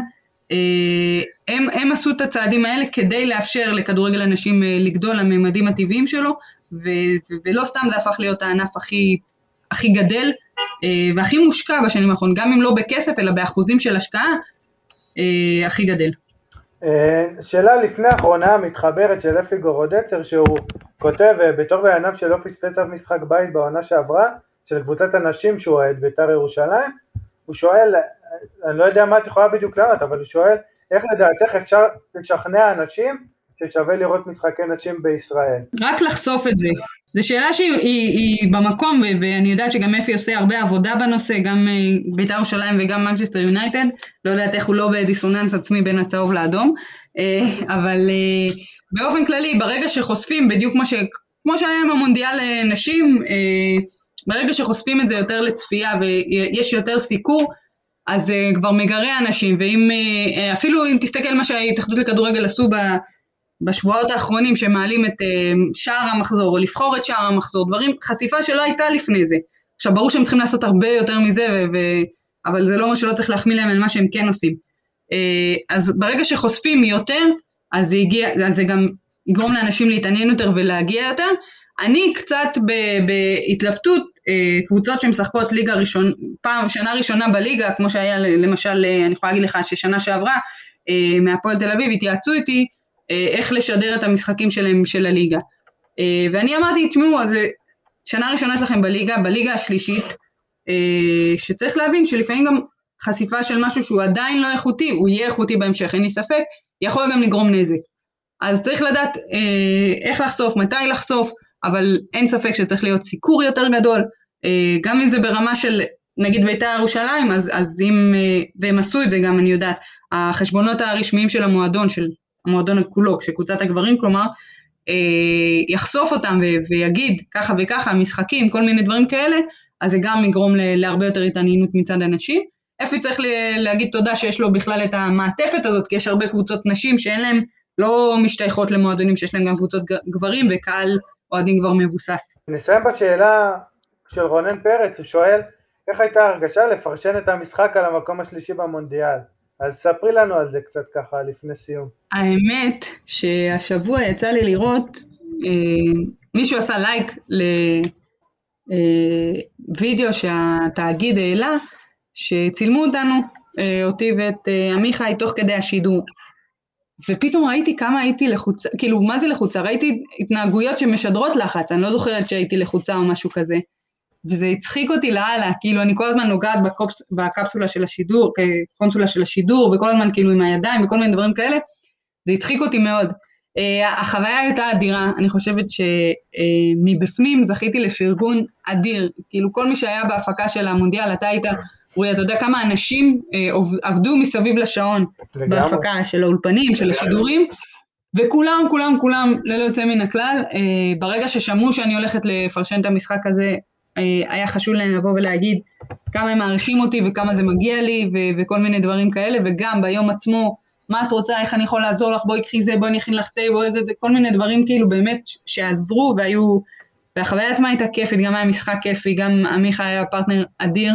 הם, הם עשו את הצעדים האלה כדי לאפשר לכדורגל אנשים לגדול לממדים הטבעיים שלו, ו, ולא סתם זה הפך להיות הענף הכי, הכי גדל, והכי מושקע בשנים האחרונות, גם אם לא בכסף, אלא באחוזים של השקעה, הכי גדל. שאלה לפני האחרונה מתחברת של אפי גורודצר, שהוא כותב בתור בענף שלא פספס אף משחק בית בעונה שעברה, של קבוצת הנשים שהוא אוהד בית"ר ירושלים, הוא שואל, אני לא יודע מה את יכולה בדיוק לענות, אבל הוא שואל, איך לדעתך אפשר לשכנע אנשים ששווה לראות משחקי נשים בישראל? רק לחשוף את זה. זו שאלה שהיא היא, היא במקום, ואני יודעת שגם אפי עושה הרבה עבודה בנושא, גם בית"ר ירושלים וגם מנצ'סטר יונייטד, לא יודעת איך הוא לא בדיסוננס עצמי בין הצהוב לאדום, אבל באופן כללי, ברגע שחושפים, בדיוק כמו, ש, כמו שהיה עם המונדיאל נשים, ברגע שחושפים את זה יותר לצפייה ויש יותר סיקור, אז כבר מגרה אנשים, ואם אפילו אם תסתכל מה שההתאחדות לכדורגל עשו ב... בשבועות האחרונים שמעלים את שער המחזור, או לבחור את שער המחזור, דברים, חשיפה שלא הייתה לפני זה. עכשיו, ברור שהם צריכים לעשות הרבה יותר מזה, ו- ו- אבל זה לא אומר שלא צריך להחמיא להם על מה שהם כן עושים. אז ברגע שחושפים יותר, אז זה, הגיע, אז זה גם יגרום לאנשים להתעניין יותר ולהגיע יותר. אני קצת בהתלבטות קבוצות שמשחקות ליגה ראשון, פעם, שנה ראשונה בליגה, כמו שהיה למשל, אני יכולה להגיד לך ששנה שעברה, מהפועל תל אביב התייעצו איתי, איך לשדר את המשחקים שלהם של הליגה. ואני אמרתי, תשמעו, אז שנה ראשונה שלכם בליגה, בליגה השלישית, שצריך להבין שלפעמים גם חשיפה של משהו שהוא עדיין לא איכותי, הוא יהיה איכותי בהמשך, אין לי ספק, יכול גם לגרום נזק. אז צריך לדעת איך לחשוף, מתי לחשוף, אבל אין ספק שצריך להיות סיקור יותר גדול, גם אם זה ברמה של נגיד בית"ר ירושלים, אז, אז אם, והם עשו את זה גם, אני יודעת, החשבונות הרשמיים של המועדון, של המועדון כולו, שקבוצת הגברים, כלומר, יחשוף אותם ויגיד ככה וככה, משחקים, כל מיני דברים כאלה, אז זה גם יגרום להרבה יותר התעניינות מצד אנשים. אפי צריך להגיד תודה שיש לו בכלל את המעטפת הזאת, כי יש הרבה קבוצות נשים שאין להם, לא משתייכות למועדונים, שיש להם גם קבוצות גברים, וקהל אוהדים כבר מבוסס. נסיים בשאלה של רונן פרץ, הוא שואל, איך הייתה הרגשה לפרשן את המשחק על המקום השלישי במונדיאל? אז ספרי לנו על זה קצת ככה לפני סיום. האמת שהשבוע יצא לי לראות, אה, מישהו עשה לייק לוידאו שהתאגיד העלה, שצילמו אותנו, אה, אותי ואת אה, עמיחי תוך כדי השידור. ופתאום ראיתי כמה הייתי לחוצה, כאילו מה זה לחוצה? ראיתי התנהגויות שמשדרות לחץ, אני לא זוכרת שהייתי לחוצה או משהו כזה. וזה הצחיק אותי להלאה, כאילו אני כל הזמן נוגעת בקופס, בקפסולה של השידור, כקונסולה של השידור, וכל הזמן כאילו עם הידיים וכל מיני דברים כאלה, זה הצחיק אותי מאוד. Uh, החוויה הייתה אדירה, אני חושבת שמבפנים uh, זכיתי לפרגון אדיר, כאילו כל מי שהיה בהפקה של המונדיאל, אתה היית, רואי, אתה יודע כמה אנשים uh, עבדו מסביב לשעון, לגמרי. בהפקה של האולפנים, של השידורים, וכולם, כולם, כולם, ללא יוצא מן הכלל, uh, ברגע ששמעו שאני הולכת לפרשן את המשחק הזה, היה חשוב להם לבוא ולהגיד כמה הם מעריכים אותי וכמה זה מגיע לי ו- וכל מיני דברים כאלה, וגם ביום עצמו, מה את רוצה, איך אני יכול לעזור לך, בואי קחי זה, בואי נכין לך תה, בואי זה, זה, כל מיני דברים כאילו באמת שעזרו והיו, והחוויה עצמה הייתה כיפית, גם היה משחק כיפי, גם עמיחי היה פרטנר אדיר,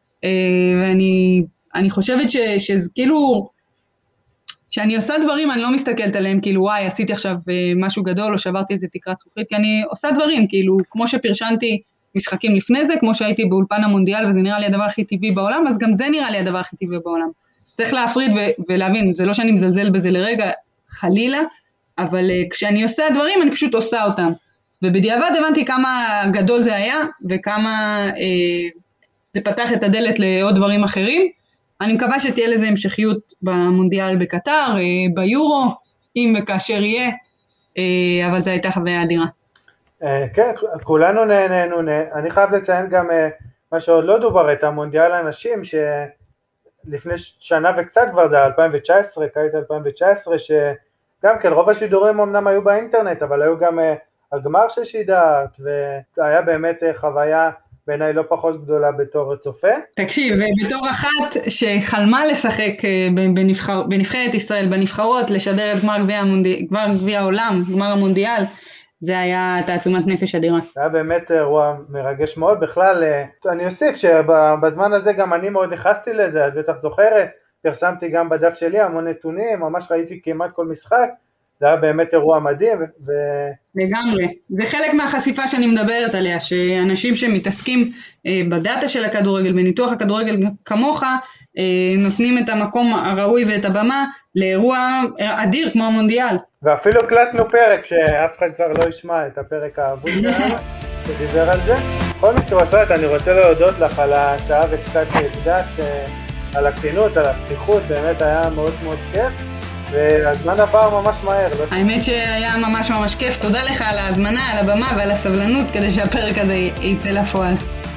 ואני אני חושבת ש- שזה כאילו, שאני עושה דברים, אני לא מסתכלת עליהם, כאילו וואי, עשיתי עכשיו משהו גדול, או שברתי איזה תקרת זכוכית, כי אני עושה דברים, כאילו, כמו שפרשנתי משחקים לפני זה, כמו שהייתי באולפן המונדיאל, וזה נראה לי הדבר הכי טבעי בעולם, אז גם זה נראה לי הדבר הכי טבעי בעולם. צריך להפריד ו- ולהבין, זה לא שאני מזלזל בזה לרגע, חלילה, אבל uh, כשאני עושה דברים, אני פשוט עושה אותם. ובדיעבד הבנתי כמה גדול זה היה, וכמה uh, זה פתח את הדלת לעוד דברים אחרים. אני מקווה שתהיה לזה המשכיות במונדיאל בקטר, uh, ביורו, אם וכאשר יהיה, uh, אבל זו הייתה חוויה אדירה. כן, כולנו נהנינו, אני חייב לציין גם מה שעוד לא דובר, את המונדיאל הנשים, שלפני שנה וקצת כבר, זה אלפיים תשע עשרה, קיץ אלפיים תשע עשרה, שגם כן רוב השידורים אמנם היו באינטרנט, אבל היו גם הגמר של שידרת, והיה באמת חוויה בעיניי לא פחות גדולה בתור צופה. תקשיב, ובתור אחת שחלמה לשחק בנבחר, בנבחרת ישראל, בנבחרות, לשדר את גמר גביע המונדיאל, גמר גביע העולם, גמר המונדיאל, זה היה תעצומת נפש אדירה. זה היה באמת אירוע מרגש מאוד, בכלל, אני אוסיף שבזמן הזה גם אני מאוד נכנסתי לזה, את בטח זוכרת, פרסמתי גם בדף שלי המון נתונים, ממש ראיתי כמעט כל משחק, זה היה באמת אירוע מדהים. ו... לגמרי, זה חלק מהחשיפה שאני מדברת עליה, שאנשים שמתעסקים בדאטה של הכדורגל, בניתוח הכדורגל כמוך, נותנים את המקום הראוי ואת הבמה לאירוע אדיר כמו המונדיאל. ואפילו קלטנו פרק שאף אחד כבר לא ישמע את הפרק האבוד שלנו שדיבר על זה. כל מי שרשת, אני רוצה להודות לך על השעה וקצת שהקדשת, על הכנות, על הפתיחות, באמת היה מאוד מאוד כיף, והזמן עבר ממש מהר. האמת שהיה ממש ממש כיף, תודה לך על ההזמנה, על הבמה ועל הסבלנות כדי שהפרק הזה יצא לפועל.